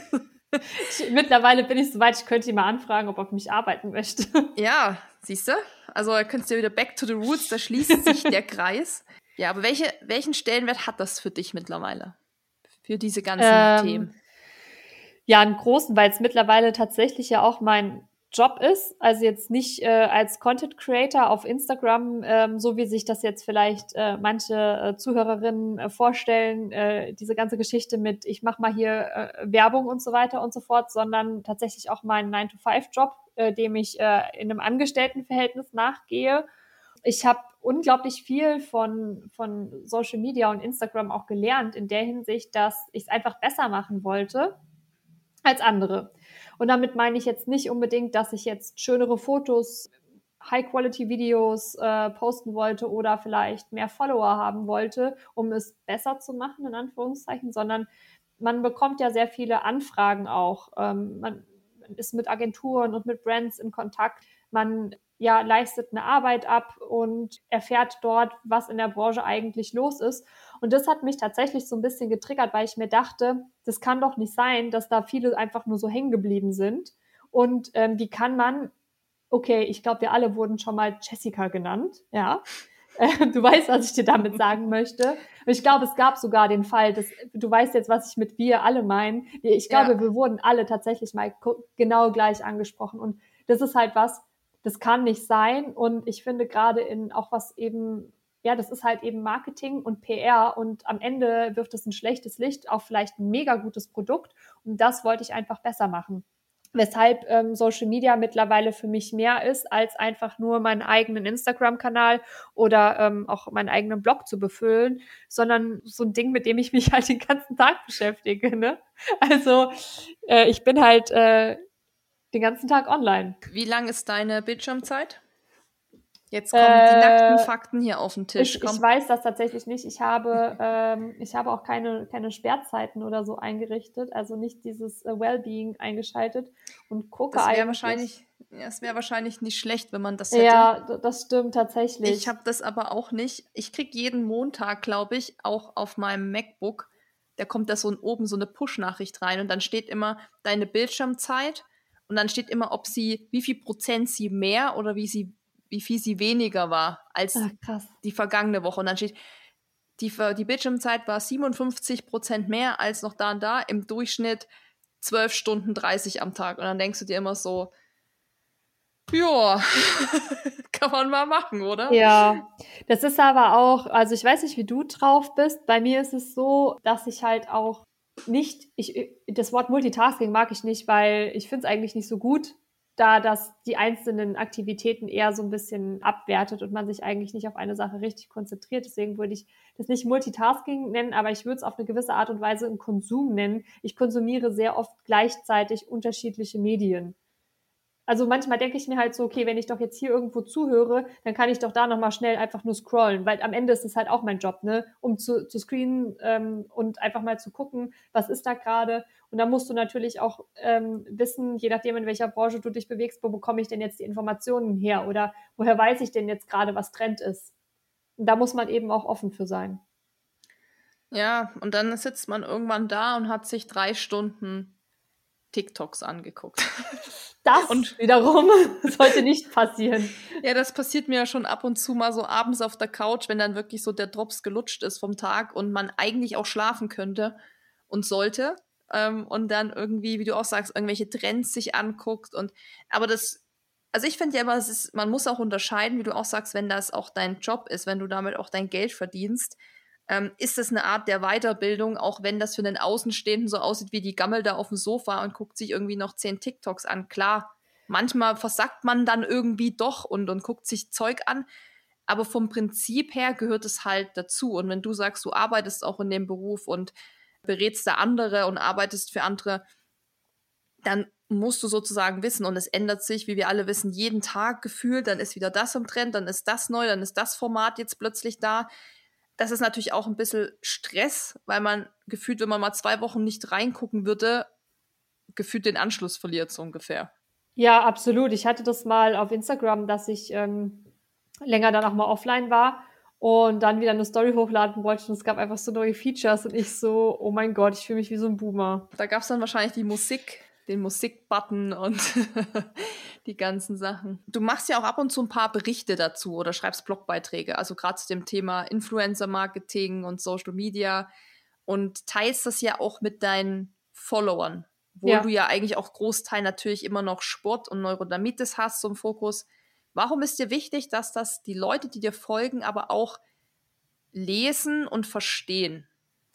Ich, mittlerweile bin ich so weit, ich könnte ihn mal anfragen, ob er für mich arbeiten möchte. Ja, siehst du? Also da könntest du ja wieder back to the roots, da schließt sich der Kreis. Ja, aber welche, welchen Stellenwert hat das für dich mittlerweile? Für diese ganzen Ähm, Themen? Ja, einen großen, weil es mittlerweile tatsächlich ja auch mein Job ist. Also jetzt nicht äh, als Content Creator auf Instagram, ähm, so wie sich das jetzt vielleicht äh, manche äh, Zuhörerinnen äh, vorstellen, äh, diese ganze Geschichte mit, ich mache mal hier äh, Werbung und so weiter und so fort, sondern tatsächlich auch meinen nine to five Job, äh, dem ich äh, in einem Angestelltenverhältnis nachgehe. Ich habe unglaublich viel von, von Social Media und Instagram auch gelernt, in der Hinsicht, dass ich es einfach besser machen wollte als andere. Und damit meine ich jetzt nicht unbedingt, dass ich jetzt schönere Fotos, High-Quality-Videos äh, posten wollte oder vielleicht mehr Follower haben wollte, um es besser zu machen, in Anführungszeichen, sondern man bekommt ja sehr viele Anfragen auch. Ähm, man ist mit Agenturen und mit Brands in Kontakt. Man ja, leistet eine Arbeit ab und erfährt dort, was in der Branche eigentlich los ist. Und das hat mich tatsächlich so ein bisschen getriggert, weil ich mir dachte, das kann doch nicht sein, dass da viele einfach nur so hängen geblieben sind. Und ähm, wie kann man, okay, ich glaube, wir alle wurden schon mal Jessica genannt, ja. Äh, du weißt, was ich dir damit sagen möchte. Und ich glaube, es gab sogar den Fall, dass du weißt jetzt, was ich mit wir alle meinen. Ich glaube, Ja. wir wurden alle tatsächlich mal genau gleich angesprochen. Und das ist halt was, das kann nicht sein. Und ich finde gerade in auch was eben, ja, das ist halt eben Marketing und P R und am Ende wirft es ein schlechtes Licht auf vielleicht ein mega gutes Produkt. Und das wollte ich einfach besser machen. Weshalb ähm, Social Media mittlerweile für mich mehr ist, als einfach nur meinen eigenen Instagram-Kanal oder ähm, auch meinen eigenen Blog zu befüllen, sondern so ein Ding, mit dem ich mich halt den ganzen Tag beschäftige. Ne? Also äh, ich bin halt äh, den ganzen Tag online. Wie lang ist deine Bildschirmzeit? Jetzt kommen Äh, die nackten Fakten hier auf den Tisch. Ich, Komm. ich weiß das tatsächlich nicht. Ich habe, ähm, ich habe auch keine, keine Sperrzeiten oder so eingerichtet, also nicht dieses äh, Wellbeing eingeschaltet und gucke Das wäre eigentlich. wahrscheinlich, ja, es wäre wahrscheinlich nicht schlecht, wenn man das hätte. Ja, d- das stimmt tatsächlich. Ich habe das aber auch nicht. Ich kriege jeden Montag, glaube ich, auch auf meinem MacBook, da kommt da so ein, oben so eine Push-Nachricht rein und dann steht immer deine Bildschirmzeit und dann steht immer, ob sie, wie viel Prozent sie mehr oder wie sie, wie viel sie weniger war als Ach, krass. die vergangene Woche. Und dann steht, die, die Bildschirmzeit war siebenundfünfzig Prozent mehr als noch da und da, im Durchschnitt zwölf Stunden dreißig am Tag. Und dann denkst du dir immer so, ja, kann man mal machen, oder? Ja, das ist aber auch, also ich weiß nicht, wie du drauf bist. Bei mir ist es so, dass ich halt auch nicht, ich, das Wort Multitasking mag ich nicht, weil ich finde es eigentlich nicht so gut, da das die einzelnen Aktivitäten eher so ein bisschen abwertet und man sich eigentlich nicht auf eine Sache richtig konzentriert. Deswegen würde ich das nicht Multitasking nennen, aber ich würde es auf eine gewisse Art und Weise einen Konsum nennen. Ich konsumiere sehr oft gleichzeitig unterschiedliche Medien. Also manchmal denke ich mir halt so, okay, wenn ich doch jetzt hier irgendwo zuhöre, dann kann ich doch da nochmal schnell einfach nur scrollen, weil am Ende ist es halt auch mein Job, ne, um zu, zu screenen ähm, und einfach mal zu gucken, was ist da gerade. Und da musst du natürlich auch ähm, wissen, je nachdem, in welcher Branche du dich bewegst, wo bekomme ich denn jetzt die Informationen her oder woher weiß ich denn jetzt gerade, was Trend ist. Und da muss man eben auch offen für sein. Ja, und dann sitzt man irgendwann da und hat sich drei Stunden TikToks angeguckt. Das Und wiederum sollte nicht passieren. ja, das passiert mir ja schon ab und zu mal so abends auf der Couch, wenn dann wirklich so der Drops gelutscht ist vom Tag und man eigentlich auch schlafen könnte und sollte. Ähm, und dann irgendwie, wie du auch sagst, irgendwelche Trends sich anguckt. Und aber das, also ich finde ja immer, es ist, man muss auch unterscheiden, wie du auch sagst, wenn das auch dein Job ist, wenn du damit auch dein Geld verdienst. Ähm, ist das eine Art der Weiterbildung, auch wenn das für den Außenstehenden so aussieht wie die Gammel da auf dem Sofa und guckt sich irgendwie noch zehn TikToks an. Klar, manchmal versackt man dann irgendwie doch und, und guckt sich Zeug an, aber vom Prinzip her gehört es halt dazu. Und wenn du sagst, du arbeitest auch in dem Beruf und berätst da andere und arbeitest für andere, dann musst du sozusagen wissen, und es ändert sich, wie wir alle wissen, jeden Tag gefühlt, dann ist wieder das im Trend, dann ist das neu, dann ist das Format jetzt plötzlich da. Das ist natürlich auch ein bisschen Stress, weil man gefühlt, wenn man mal zwei Wochen nicht reingucken würde, gefühlt den Anschluss verliert, so ungefähr. Ja, absolut. Ich hatte das mal auf Instagram, dass ich ähm, länger dann auch mal offline war und dann wieder eine Story hochladen wollte und es gab einfach so neue Features und ich so, oh mein Gott, ich fühle mich wie so ein Boomer. Da gab es dann wahrscheinlich die Musik, den Musikbutton und die ganzen Sachen. Du machst ja auch ab und zu ein paar Berichte dazu oder schreibst Blogbeiträge, also gerade zu dem Thema Influencer-Marketing und Social Media und teilst das ja auch mit deinen Followern, obwohl Ja. du ja eigentlich auch Großteil natürlich immer noch Sport und Neurodermitis hast zum Fokus. Warum ist dir wichtig, dass das die Leute, die dir folgen, aber auch lesen und verstehen?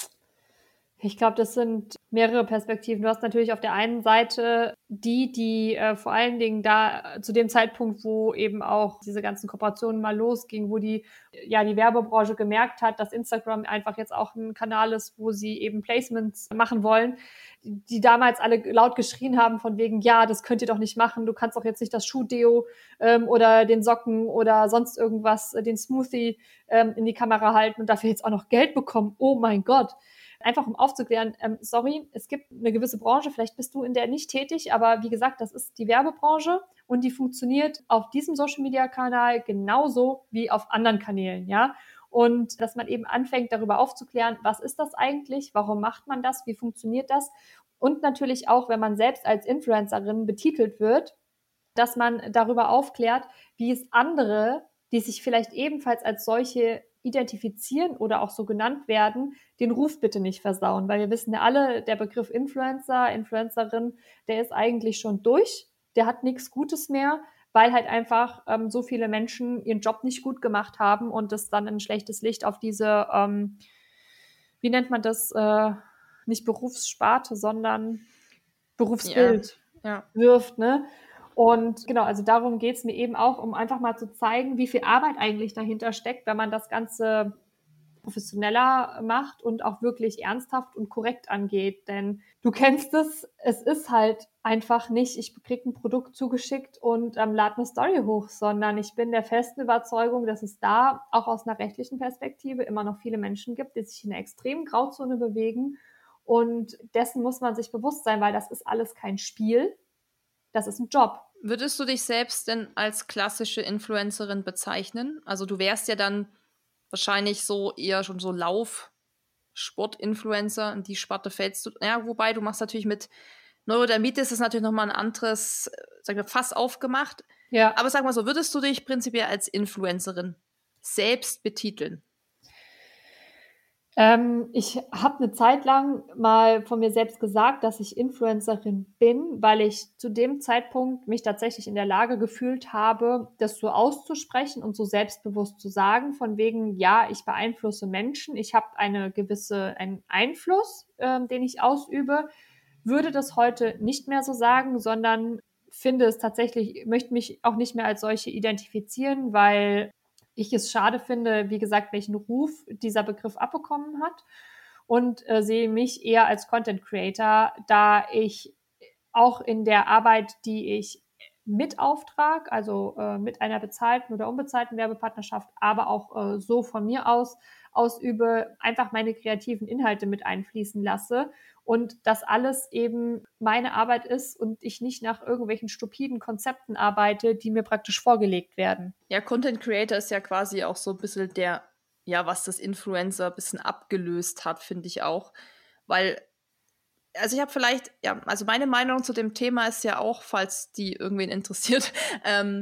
Ich glaube, das sind mehrere Perspektiven. Du hast natürlich auf der einen Seite die, die äh, vor allen Dingen da äh, zu dem Zeitpunkt, wo eben auch diese ganzen Kooperationen mal losgingen, wo die ja die Werbebranche gemerkt hat, dass Instagram einfach jetzt auch ein Kanal ist, wo sie eben Placements machen wollen, die, die damals alle laut geschrien haben von wegen, ja, das könnt ihr doch nicht machen, du kannst doch jetzt nicht das Schuhdeo ähm, oder den Socken oder sonst irgendwas, äh, den Smoothie ähm, in die Kamera halten und dafür jetzt auch noch Geld bekommen. Oh mein Gott. Einfach um aufzuklären, ähm, sorry, es gibt eine gewisse Branche, vielleicht bist du in der nicht tätig, aber wie gesagt, das ist die Werbebranche und die funktioniert auf diesem Social-Media-Kanal genauso wie auf anderen Kanälen, ja. Und dass man eben anfängt, darüber aufzuklären, was ist das eigentlich, warum macht man das, wie funktioniert das? Und natürlich auch, wenn man selbst als Influencerin betitelt wird, dass man darüber aufklärt, wie es andere, die sich vielleicht ebenfalls als solche identifizieren oder auch so genannt werden, den Ruf bitte nicht versauen. Weil wir wissen ja alle, der Begriff Influencer, Influencerin, der ist eigentlich schon durch. Der hat nichts Gutes mehr, weil halt einfach ähm, so viele Menschen ihren Job nicht gut gemacht haben und das dann ein schlechtes Licht auf diese, ähm, wie nennt man das, äh, nicht Berufssparte, sondern Berufsbild Ja, ja. wirft, ne? Und genau, also darum geht's mir eben auch, um einfach mal zu zeigen, wie viel Arbeit eigentlich dahinter steckt, wenn man das Ganze professioneller macht und auch wirklich ernsthaft und korrekt angeht. Denn du kennst es, es ist halt einfach nicht, ich krieg ein Produkt zugeschickt und ähm, lade eine Story hoch, sondern ich bin der festen Überzeugung, dass es da auch aus einer rechtlichen Perspektive immer noch viele Menschen gibt, die sich in einer extremen Grauzone bewegen. Und dessen muss man sich bewusst sein, weil das ist alles kein Spiel, das ist ein Job. Würdest du dich selbst denn als klassische Influencerin bezeichnen? Also du wärst ja dann wahrscheinlich so eher schon so Lauf-Sport-Influencer, in die Sparte fällst du. Ja, wobei du machst natürlich mit Neurodermitis ist natürlich nochmal ein anderes, äh, sag ich mal, Fass aufgemacht. Ja. Aber sag mal so, würdest du dich prinzipiell als Influencerin selbst betiteln? Ähm, ich habe eine Zeit lang mal von mir selbst gesagt, dass ich Influencerin bin, weil ich zu dem Zeitpunkt mich tatsächlich in der Lage gefühlt habe, das so auszusprechen und so selbstbewusst zu sagen, von wegen, ja, ich beeinflusse Menschen, ich habe eine gewisse einen Einfluss, ähm, den ich ausübe, würde das heute nicht mehr so sagen, sondern finde es tatsächlich, möchte mich auch nicht mehr als solche identifizieren, weil ich es schade finde, wie gesagt, welchen Ruf dieser Begriff abbekommen hat und äh, sehe mich eher als Content Creator, da ich auch in der Arbeit, die ich mit Auftrag, also äh, mit einer bezahlten oder unbezahlten Werbepartnerschaft, aber auch äh, so von mir aus ausübe, einfach meine kreativen Inhalte mit einfließen lasse und das alles eben meine Arbeit ist und ich nicht nach irgendwelchen stupiden Konzepten arbeite, die mir praktisch vorgelegt werden. Ja, Content Creator ist ja quasi auch so ein bisschen der, ja, was das Influencer ein bisschen abgelöst hat, finde ich auch. Weil, also ich habe vielleicht, ja, also meine Meinung zu dem Thema ist ja auch, falls die irgendwen interessiert, ähm,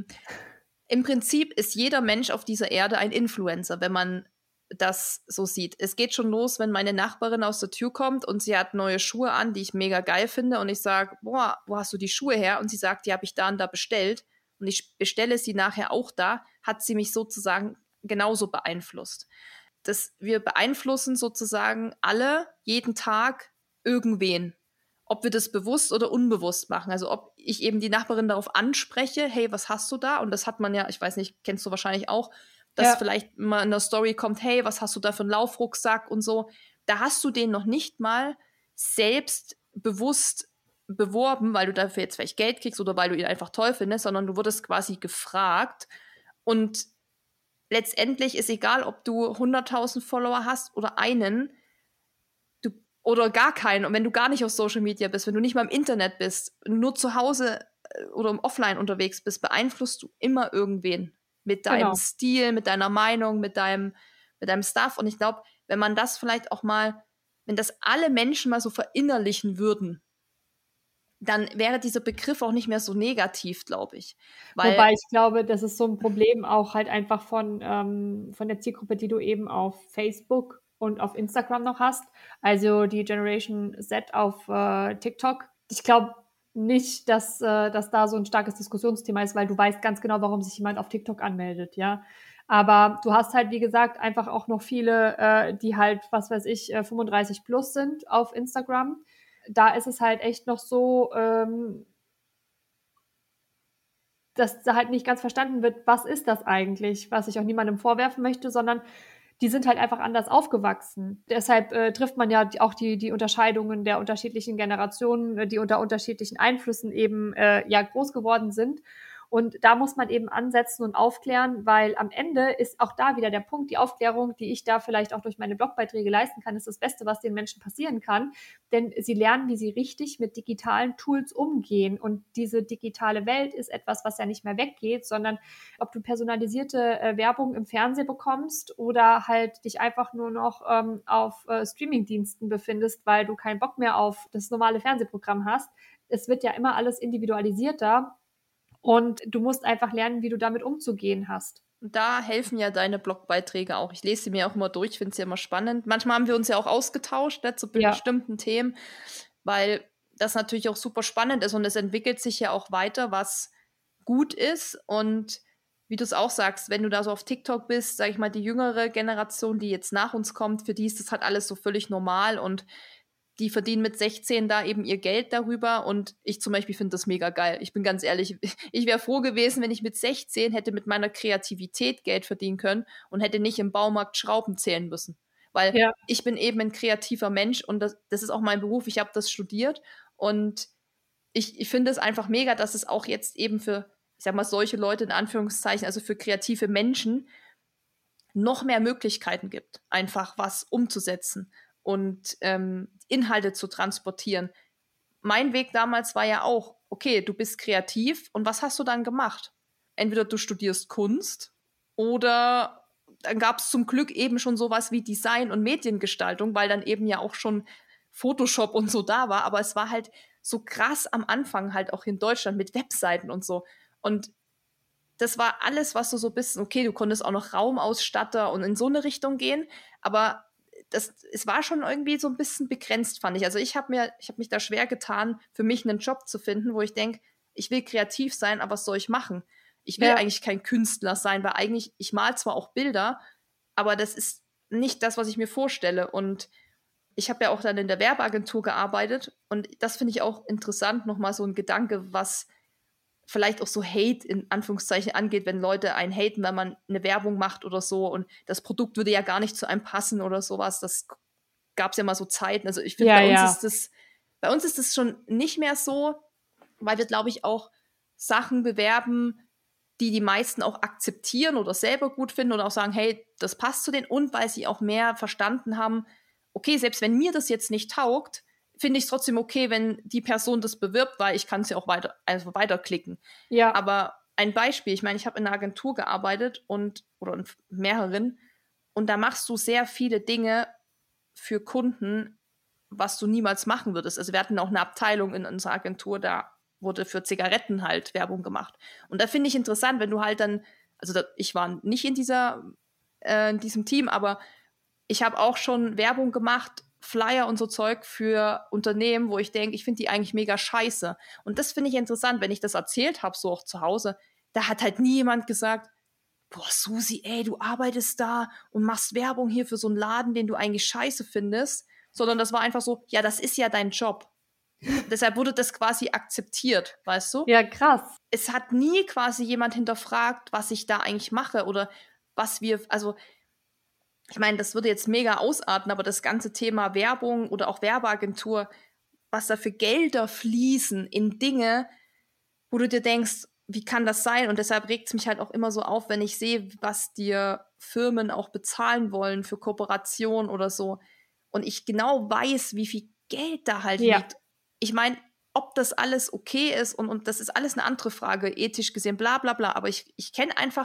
im Prinzip ist jeder Mensch auf dieser Erde ein Influencer, wenn man das so sieht. Es geht schon los, wenn meine Nachbarin aus der Tür kommt und sie hat neue Schuhe an, die ich mega geil finde und ich sage, boah, wo hast du die Schuhe her? Und sie sagt, die habe ich da und da bestellt und ich bestelle sie nachher auch da, hat sie mich sozusagen genauso beeinflusst. Das, wir beeinflussen sozusagen alle jeden Tag irgendwen. Ob wir das bewusst oder unbewusst machen. Also ob ich eben die Nachbarin darauf anspreche, hey, was hast du da? Und das hat man ja, ich weiß nicht, kennst du wahrscheinlich auch, dass Ja. vielleicht mal in der Story kommt, hey, was hast du da für einen Laufrucksack und so. Da hast du den noch nicht mal selbst bewusst beworben, weil du dafür jetzt vielleicht Geld kriegst oder weil du ihn einfach toll findest, sondern du wurdest quasi gefragt. Und letztendlich ist egal, ob du hunderttausend Follower hast oder einen, du, oder gar keinen. Und wenn du gar nicht auf Social Media bist, wenn du nicht mal im Internet bist, nur zu Hause oder im Offline unterwegs bist, beeinflusst du immer irgendwen. mit deinem Genau. Stil, mit deiner Meinung, mit deinem, mit deinem Stuff. Und ich glaube, wenn man das vielleicht auch mal, wenn das alle Menschen mal so verinnerlichen würden, dann wäre dieser Begriff auch nicht mehr so negativ, glaube ich. Weil, Wobei ich glaube, das ist so ein Problem auch halt einfach von, ähm, von der Zielgruppe, die du eben auf Facebook und auf Instagram noch hast. Also die Generation Z auf äh, TikTok. Ich glaube nicht, dass, äh, dass da so ein starkes Diskussionsthema ist, weil du weißt ganz genau, warum sich jemand auf TikTok anmeldet, ja. Aber du hast halt, wie gesagt, einfach auch noch viele, äh, die halt, was weiß ich, äh, fünfunddreißig plus sind auf Instagram. Da ist es halt echt noch so, ähm, dass da halt nicht ganz verstanden wird, was ist das eigentlich, was ich auch niemandem vorwerfen möchte, sondern die sind halt einfach anders aufgewachsen. Deshalb äh, trifft man ja die, auch die, die Unterscheidungen der unterschiedlichen Generationen, äh, die unter unterschiedlichen Einflüssen eben äh, ja groß geworden sind. Und da muss man eben ansetzen und aufklären, weil am Ende ist auch da wieder der Punkt, die Aufklärung, die ich da vielleicht auch durch meine Blogbeiträge leisten kann, ist das Beste, was den Menschen passieren kann. Denn sie lernen, wie sie richtig mit digitalen Tools umgehen. Und diese digitale Welt ist etwas, was ja nicht mehr weggeht, sondern ob du personalisierte äh, Werbung im Fernsehen bekommst oder halt dich einfach nur noch ähm, auf äh, Streamingdiensten befindest, weil du keinen Bock mehr auf das normale Fernsehprogramm hast. Es wird ja immer alles individualisierter. Und du musst einfach lernen, wie du damit umzugehen hast. da helfen ja deine Blogbeiträge auch. Ich lese sie mir auch immer durch, finde sie immer spannend. Manchmal haben wir uns ja auch ausgetauscht, ne, zu Ja. bestimmten Themen, weil das natürlich auch super spannend ist und es entwickelt sich ja auch weiter, was gut ist. Und wie du es auch sagst, wenn du da so auf TikTok bist, sag ich mal, die jüngere Generation, die jetzt nach uns kommt, für die ist das halt alles so völlig normal und die verdienen mit sechzehn da eben ihr Geld darüber und ich zum Beispiel finde das mega geil. Ich bin ganz ehrlich, ich wäre froh gewesen, wenn ich mit sechzehn hätte mit meiner Kreativität Geld verdienen können und hätte nicht im Baumarkt Schrauben zählen müssen. Weil Ja. ich bin eben ein kreativer Mensch und das, das ist auch mein Beruf. Ich habe das studiert und ich, ich finde es einfach mega, dass es auch jetzt eben für, ich sag mal, solche Leute in Anführungszeichen, also für kreative Menschen, noch mehr Möglichkeiten gibt, einfach was umzusetzen und ähm, Inhalte zu transportieren. Mein Weg damals war ja auch, okay, du bist kreativ und was hast du dann gemacht? Entweder du studierst Kunst oder dann gab es zum Glück eben schon sowas wie Design und Mediengestaltung, weil dann eben ja auch schon Photoshop und so da war, aber es war halt so krass am Anfang halt auch in Deutschland mit Webseiten und so. Und das war alles, was du so bist. Okay, du konntest auch noch Raumausstatter und in so eine Richtung gehen, aber das, es war schon irgendwie so ein bisschen begrenzt, fand ich. Also ich habe mir, ich habe mich da schwer getan, für mich einen Job zu finden, wo ich denke, ich will kreativ sein, aber was soll ich machen? Ich will Ja. eigentlich kein Künstler sein, weil eigentlich, ich mal zwar auch Bilder, aber das ist nicht das, was ich mir vorstelle. Und ich habe ja auch dann in der Werbeagentur gearbeitet und das finde ich auch interessant, nochmal so ein Gedanke, was vielleicht auch so Hate in Anführungszeichen angeht, wenn Leute einen haten, wenn man eine Werbung macht oder so und das Produkt würde ja gar nicht zu einem passen oder sowas. Das gab es ja mal so Zeiten. Also ich finde, Ja, bei uns ja. ist das, bei uns ist das schon nicht mehr so, weil wir, glaube ich, auch Sachen bewerben, die die meisten auch akzeptieren oder selber gut finden oder auch sagen, hey, das passt zu denen und weil sie auch mehr verstanden haben, okay, selbst wenn mir das jetzt nicht taugt, finde ich es trotzdem okay, wenn die Person das bewirbt, weil ich kann es ja auch weiter, also weiterklicken. Ja. Aber ein Beispiel, ich meine, ich habe in einer Agentur gearbeitet und oder in mehreren und da machst du sehr viele Dinge für Kunden, was du niemals machen würdest. Also wir hatten auch eine Abteilung in unserer Agentur, da wurde für Zigaretten halt Werbung gemacht. Und da finde ich interessant, wenn du halt dann, also da, ich war nicht in dieser, äh, in diesem Team, aber ich habe auch schon Werbung gemacht, Flyer und so Zeug für Unternehmen, wo ich denke, ich finde die eigentlich mega scheiße. Und das finde ich interessant, wenn ich das erzählt habe, so auch zu Hause, da hat halt nie jemand gesagt, boah, Susi, ey, du arbeitest da und machst Werbung hier für so einen Laden, den du eigentlich scheiße findest, sondern das war einfach so, ja, das ist ja dein Job. Deshalb wurde das quasi akzeptiert, weißt du? Ja, krass. Es hat nie quasi jemand hinterfragt, was ich da eigentlich mache oder was wir, also ich meine, das würde jetzt mega ausarten, aber das ganze Thema Werbung oder auch Werbeagentur, was da für Gelder fließen in Dinge, wo du dir denkst, wie kann das sein? Und deshalb regt es mich halt auch immer so auf, wenn ich sehe, was dir Firmen auch bezahlen wollen für Kooperation oder so. Und ich genau weiß, wie viel Geld da halt Ja. liegt. Ich meine, ob das alles okay ist und, und das ist alles eine andere Frage, ethisch gesehen, bla bla bla. Aber ich, ich kenne einfach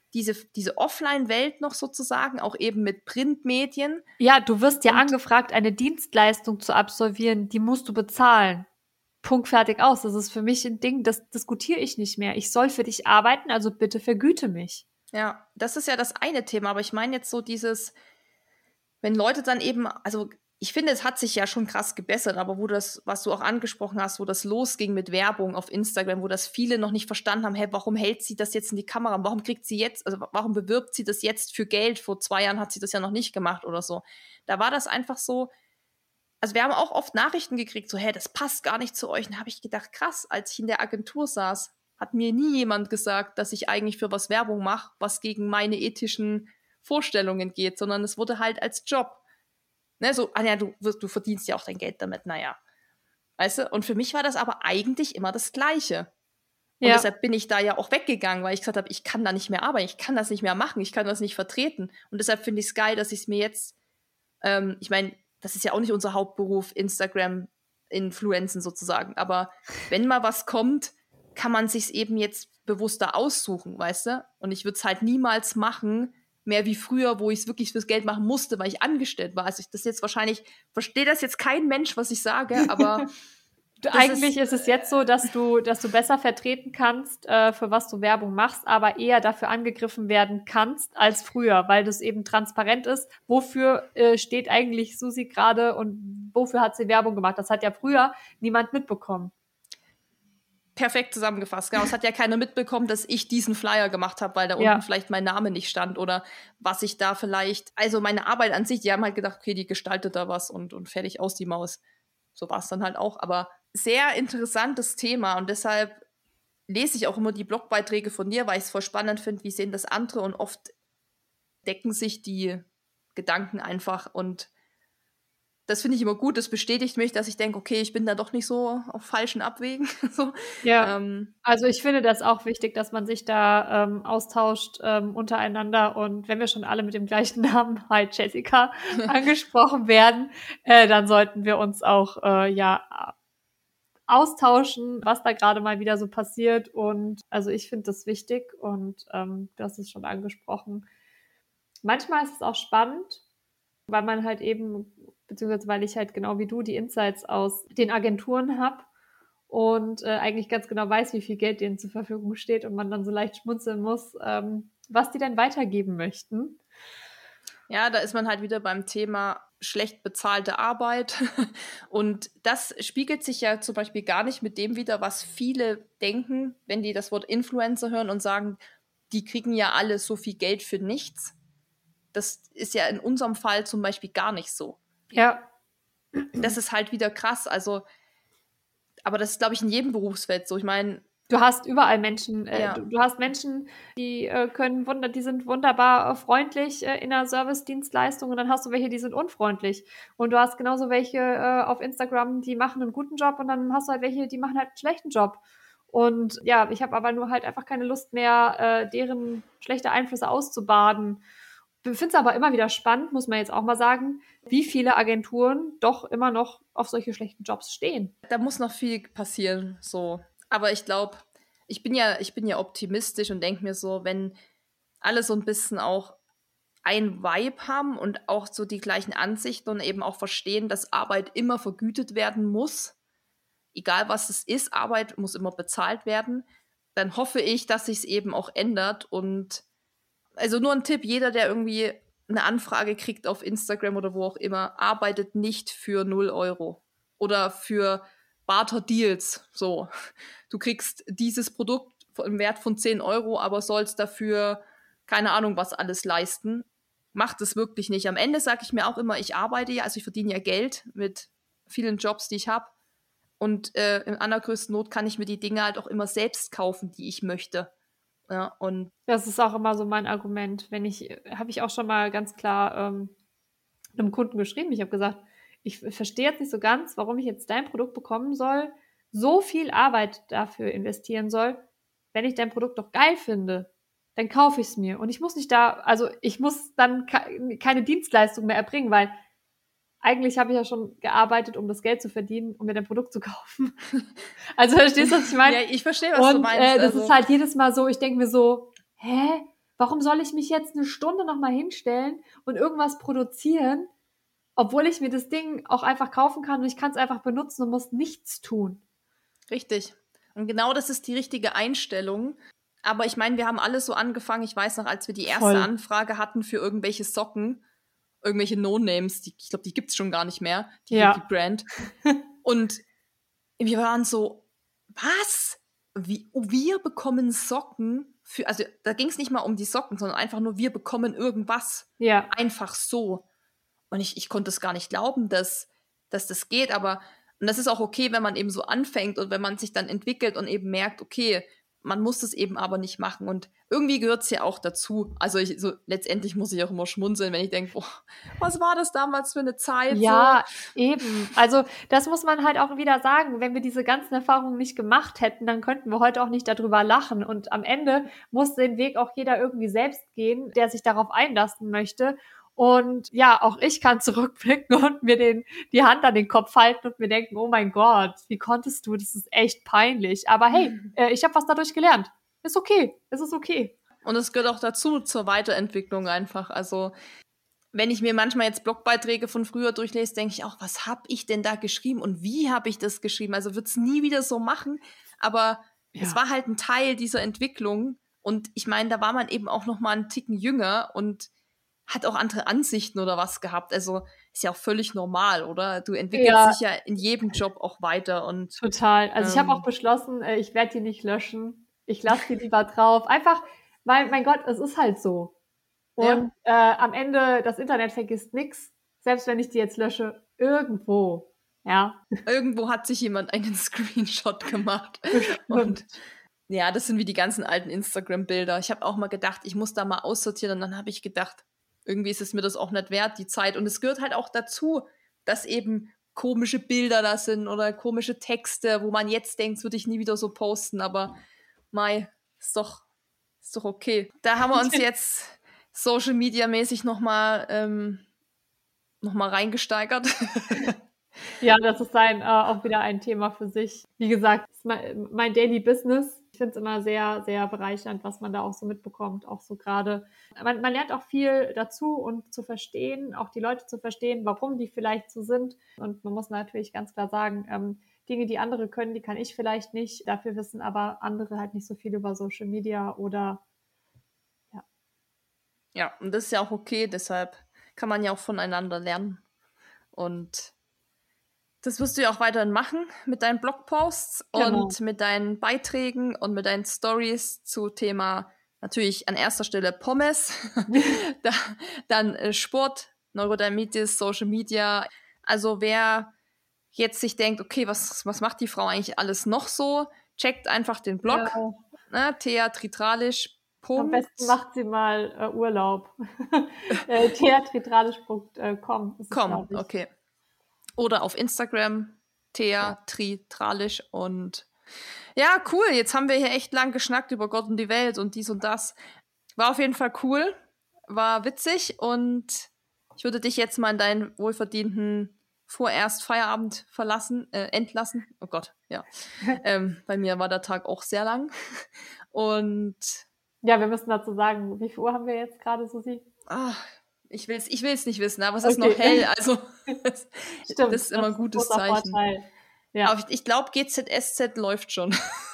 diese, diese Offline-Welt noch sozusagen, auch eben mit Printmedien. Ja, du wirst ja Und- angefragt, eine Dienstleistung zu absolvieren, die musst du bezahlen. Punkt, fertig, aus. Das ist für mich ein Ding, das diskutiere ich nicht mehr. Ich soll für dich arbeiten, also bitte vergüte mich. Ja, das ist ja das eine Thema, aber ich meine jetzt so dieses, wenn Leute dann eben, also ich finde, es hat sich ja schon krass gebessert, aber wo das, was du auch angesprochen hast, wo das losging mit Werbung auf Instagram, wo das viele noch nicht verstanden haben, hey, warum hält sie das jetzt in die Kamera? Warum kriegt sie jetzt, also warum bewirbt sie das jetzt für Geld? Vor zwei Jahren hat sie das ja noch nicht gemacht oder so. Da war das einfach so, also wir haben auch oft Nachrichten gekriegt, so, hey, das passt gar nicht zu euch. Und da habe ich gedacht, krass, als ich in der Agentur saß, hat mir nie jemand gesagt, dass ich eigentlich für was Werbung mache, was gegen meine ethischen Vorstellungen geht, sondern es wurde halt als Job. Ne, so, ah ja, du, du verdienst ja auch dein Geld damit, naja. Weißt du? Und für mich war das aber eigentlich immer das Gleiche. Und Ja. deshalb bin ich da ja auch weggegangen, weil ich gesagt habe, ich kann da nicht mehr arbeiten, ich kann das nicht mehr machen, ich kann das nicht vertreten. Und deshalb finde ich es geil, dass ich es mir jetzt, ähm, ich meine, das ist ja auch nicht unser Hauptberuf, Instagram-Influenzen sozusagen, aber wenn mal was kommt, kann man sich's eben jetzt bewusster aussuchen, weißt du? Und ich würde es halt niemals machen, mehr wie früher, wo ich es wirklich fürs Geld machen musste, weil ich angestellt war. Also ich das jetzt wahrscheinlich, versteht das jetzt kein Mensch, was ich sage, aber Eigentlich ist, ist es jetzt so, dass du, dass du besser vertreten kannst, äh, für was du Werbung machst, aber eher dafür angegriffen werden kannst als früher, weil das eben transparent ist. Wofür äh, steht eigentlich Susi gerade und wofür hat sie Werbung gemacht? Das hat ja früher niemand mitbekommen. Perfekt zusammengefasst. Genau. Es hat ja keiner mitbekommen, dass ich diesen Flyer gemacht habe, weil da Ja. unten vielleicht mein Name nicht stand oder was ich da vielleicht, also meine Arbeit an sich, die haben halt gedacht, okay, die gestaltet da was und, und fertig aus die Maus. So war es dann halt auch. Aber sehr interessantes Thema und deshalb lese ich auch immer die Blogbeiträge von dir, weil ich es voll spannend finde, wie sehen das andere und oft decken sich die Gedanken einfach und das finde ich immer gut, das bestätigt mich, dass ich denke, okay, ich bin da doch nicht so auf falschen Abwegen. so. Ja, ähm, also ich finde das auch wichtig, dass man sich da ähm, austauscht ähm, untereinander und wenn wir schon alle mit dem gleichen Namen, hi Jessica, angesprochen werden, äh, dann sollten wir uns auch äh, ja austauschen, was da gerade mal wieder so passiert und also ich finde das wichtig und ähm, du hast es schon angesprochen. Manchmal ist es auch spannend, weil man halt eben, beziehungsweise weil ich halt genau wie du die Insights aus den Agenturen habe und äh, eigentlich ganz genau weiß, wie viel Geld denen zur Verfügung steht und man dann so leicht schmunzeln muss, ähm, was die denn weitergeben möchten. Ja, da ist man halt wieder beim Thema schlecht bezahlte Arbeit. Und das spiegelt sich ja zum Beispiel gar nicht mit dem wider, was viele denken, wenn die das Wort Influencer hören und sagen, die kriegen ja alle so viel Geld für nichts. Das ist ja in unserem Fall zum Beispiel gar nicht so. Ja. Das ist halt wieder krass. Also, aber das ist, glaube ich, in jedem Berufsfeld so. Ich meine, Du hast überall Menschen, äh, Ja. du, du hast Menschen, die äh, können wunder, die sind wunderbar äh, freundlich äh, in der Service-Dienstleistung und dann hast du welche, die sind unfreundlich. Und du hast genauso welche äh, auf Instagram, die machen einen guten Job und dann hast du halt welche, die machen halt einen schlechten Job. Und ja, ich habe aber nur halt einfach keine Lust mehr, äh, deren schlechte Einflüsse auszubaden. Ich finde es aber immer wieder spannend, muss man jetzt auch mal sagen, wie viele Agenturen doch immer noch auf solche schlechten Jobs stehen. da muss noch viel passieren, so. Aber ich glaube, ich bin ja, ich bin ja optimistisch und denke mir so, wenn alle so ein bisschen auch ein Vibe haben und auch so die gleichen Ansichten und eben auch verstehen, dass Arbeit immer vergütet werden muss, egal was es ist, Arbeit muss immer bezahlt werden, dann hoffe ich, dass sich es eben auch ändert. Und also nur ein Tipp, jeder, der irgendwie eine Anfrage kriegt auf Instagram oder wo auch immer, arbeitet nicht für null Euro oder für Barter-Deals. So, du kriegst dieses Produkt im Wert von zehn Euro, aber sollst dafür keine Ahnung was alles leisten. Macht es wirklich nicht. Am Ende sage ich mir auch immer, ich arbeite ja, also ich verdiene ja Geld mit vielen Jobs, die ich habe. Und äh, in allergrößten Not kann ich mir die Dinge halt auch immer selbst kaufen, die ich möchte. Ja, und Das ist auch immer so mein Argument. Wenn ich, habe ich auch schon mal ganz klar ähm, einem Kunden geschrieben. Ich habe gesagt, ich verstehe jetzt nicht so ganz, warum ich jetzt dein Produkt bekommen soll, so viel Arbeit dafür investieren soll, wenn ich dein Produkt doch geil finde, dann kaufe ich es mir. Und ich muss nicht da, also ich muss dann ke- keine Dienstleistung mehr erbringen, weil eigentlich habe ich ja schon gearbeitet, um das Geld zu verdienen, um mir dein Produkt zu kaufen. Also verstehst du, was ich meine? ja, ich verstehe, was du Und meinst. äh, das also. ist halt jedes Mal so, ich denke mir so, hä? warum soll ich mich jetzt eine Stunde nochmal hinstellen und irgendwas produzieren, obwohl ich mir das Ding auch einfach kaufen kann und ich kann es einfach benutzen und muss nichts tun. Richtig. Und genau das ist die richtige Einstellung. Aber ich meine, wir haben alle so angefangen, ich weiß noch, als wir die erste Voll. Anfrage hatten für irgendwelche Socken, irgendwelche No-Names, die, ich glaube, die gibt's schon gar nicht mehr, die, Ja. die Brand. Und wir waren so, was? Wie, wir bekommen Socken für, also da ging es nicht mal um die Socken, sondern einfach nur, wir bekommen irgendwas. Ja. Einfach so. Und ich, ich konnte es gar nicht glauben, dass, dass das geht, aber und das ist auch okay, wenn man eben so anfängt und wenn man sich dann entwickelt und eben merkt, okay, man muss das eben aber nicht machen. Und irgendwie gehört es ja auch dazu. Also ich, so, letztendlich muss ich auch immer schmunzeln, wenn ich denke, boah, was war das damals für eine Zeit? Ja, so? Eben. Also das muss man halt auch wieder sagen. Wenn wir diese ganzen Erfahrungen nicht gemacht hätten, dann könnten wir heute auch nicht darüber lachen. Und am Ende muss den Weg auch jeder irgendwie selbst gehen, der sich darauf einlassen möchte. Und ja, auch ich kann zurückblicken und mir den, die Hand an den Kopf halten und mir denken, oh mein Gott, wie konntest du? Das ist echt peinlich. Aber hey, äh, ich habe was dadurch gelernt. Ist okay. Es ist okay. Und es gehört auch dazu, zur Weiterentwicklung einfach. Also wenn ich mir manchmal jetzt Blogbeiträge von früher durchlese, denke ich auch, was habe ich denn da geschrieben und wie habe ich das geschrieben? Also würde es nie wieder so machen. Aber ja. Es war halt ein Teil dieser Entwicklung. Und ich meine, da war man eben auch noch mal einen Ticken jünger und hat auch andere Ansichten oder was gehabt. Also ist ja auch völlig normal, oder? Du entwickelst Ja. dich ja in jedem Job auch weiter. Und total. Also ähm, ich habe auch beschlossen, äh, ich werde die nicht löschen. Ich lasse die lieber drauf. Einfach, weil, mein Gott, es ist halt so. Und ja. äh, am Ende, das Internet vergisst nichts. Selbst wenn ich die jetzt lösche, irgendwo. Ja. Irgendwo hat sich jemand einen Screenshot gemacht. Und ja, das sind wie die ganzen alten Instagram-Bilder. Ich habe auch mal gedacht, ich muss da mal aussortieren. Und dann habe ich gedacht, irgendwie ist es mir das auch nicht wert, die Zeit. Und es gehört halt auch dazu, dass eben komische Bilder da sind oder komische Texte, wo man jetzt denkt, würde ich nie wieder so posten. Aber mei, ist doch, ist doch okay. Da haben wir uns jetzt Social-Media-mäßig nochmal ähm, noch mal reingesteigert. Ja, das ist ein, äh, auch wieder ein Thema für sich. Wie gesagt, ist mein, mein Daily Business. Ich finde es immer sehr, sehr bereichernd, was man da auch so mitbekommt. Auch so gerade, man, man lernt auch viel dazu und zu verstehen, auch die Leute zu verstehen, warum die vielleicht so sind. Und man muss natürlich ganz klar sagen, ähm, Dinge, die andere können, die kann ich vielleicht nicht. Dafür wissen aber andere halt nicht so viel über Social Media oder ja. Ja, und das ist ja auch okay. Deshalb kann man ja auch voneinander lernen. Und das wirst du ja auch weiterhin machen mit deinen Blogposts Genau. und mit deinen Beiträgen und mit deinen Stories zu Thema natürlich an erster Stelle Pommes, da, dann äh, Sport, Neurodermitis, Social Media. Also wer jetzt sich denkt, okay, was, was macht die Frau eigentlich alles noch so, checkt einfach den Blog, Ja. ne, Thea Tritralisch. Am besten macht sie mal äh, Urlaub. äh, thea tritralisch punkt com Komm, okay. Oder auf Instagram, Thea Tritralisch. Und ja, cool. Jetzt haben wir hier echt lang geschnackt über Gott und die Welt und dies und das. War auf jeden Fall cool. War witzig. Und ich würde dich jetzt mal in deinen wohlverdienten vorerst Feierabend verlassen, äh, entlassen. Oh Gott, ja. ähm, bei mir war der Tag auch sehr lang. Und ja, wir müssen dazu sagen, wie viel Uhr haben wir jetzt gerade, Susi? Ah, ich will es ich will's nicht wissen, aber es Okay. ist noch hell, also Stimmt, das ist immer ein gutes Zeichen. Ja. Aber ich, ich glaube, G Z S Z läuft schon.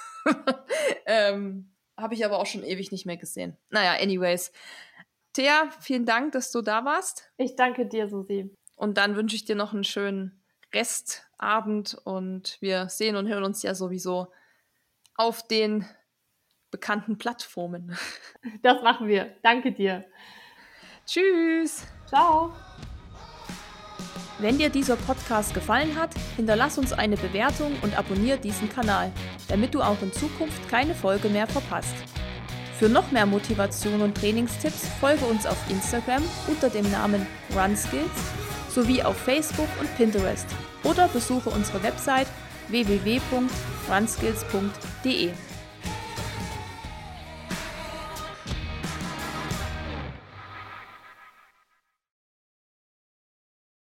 ähm, Habe ich aber auch schon ewig nicht mehr gesehen. Naja, anyways. Thea, vielen Dank, dass du da warst. Ich danke dir, Susi. Und dann wünsche ich dir noch einen schönen Restabend und wir sehen und hören uns ja sowieso auf den bekannten Plattformen. Das machen wir. Danke dir. Tschüss. Ciao. Wenn dir dieser Podcast gefallen hat, hinterlass uns eine Bewertung und abonniere diesen Kanal, damit du auch in Zukunft keine Folge mehr verpasst. Für noch mehr Motivation und Trainingstipps folge uns auf Instagram unter dem Namen RunSkills sowie auf Facebook und Pinterest oder besuche unsere Website w w w punkt runskills punkt d e.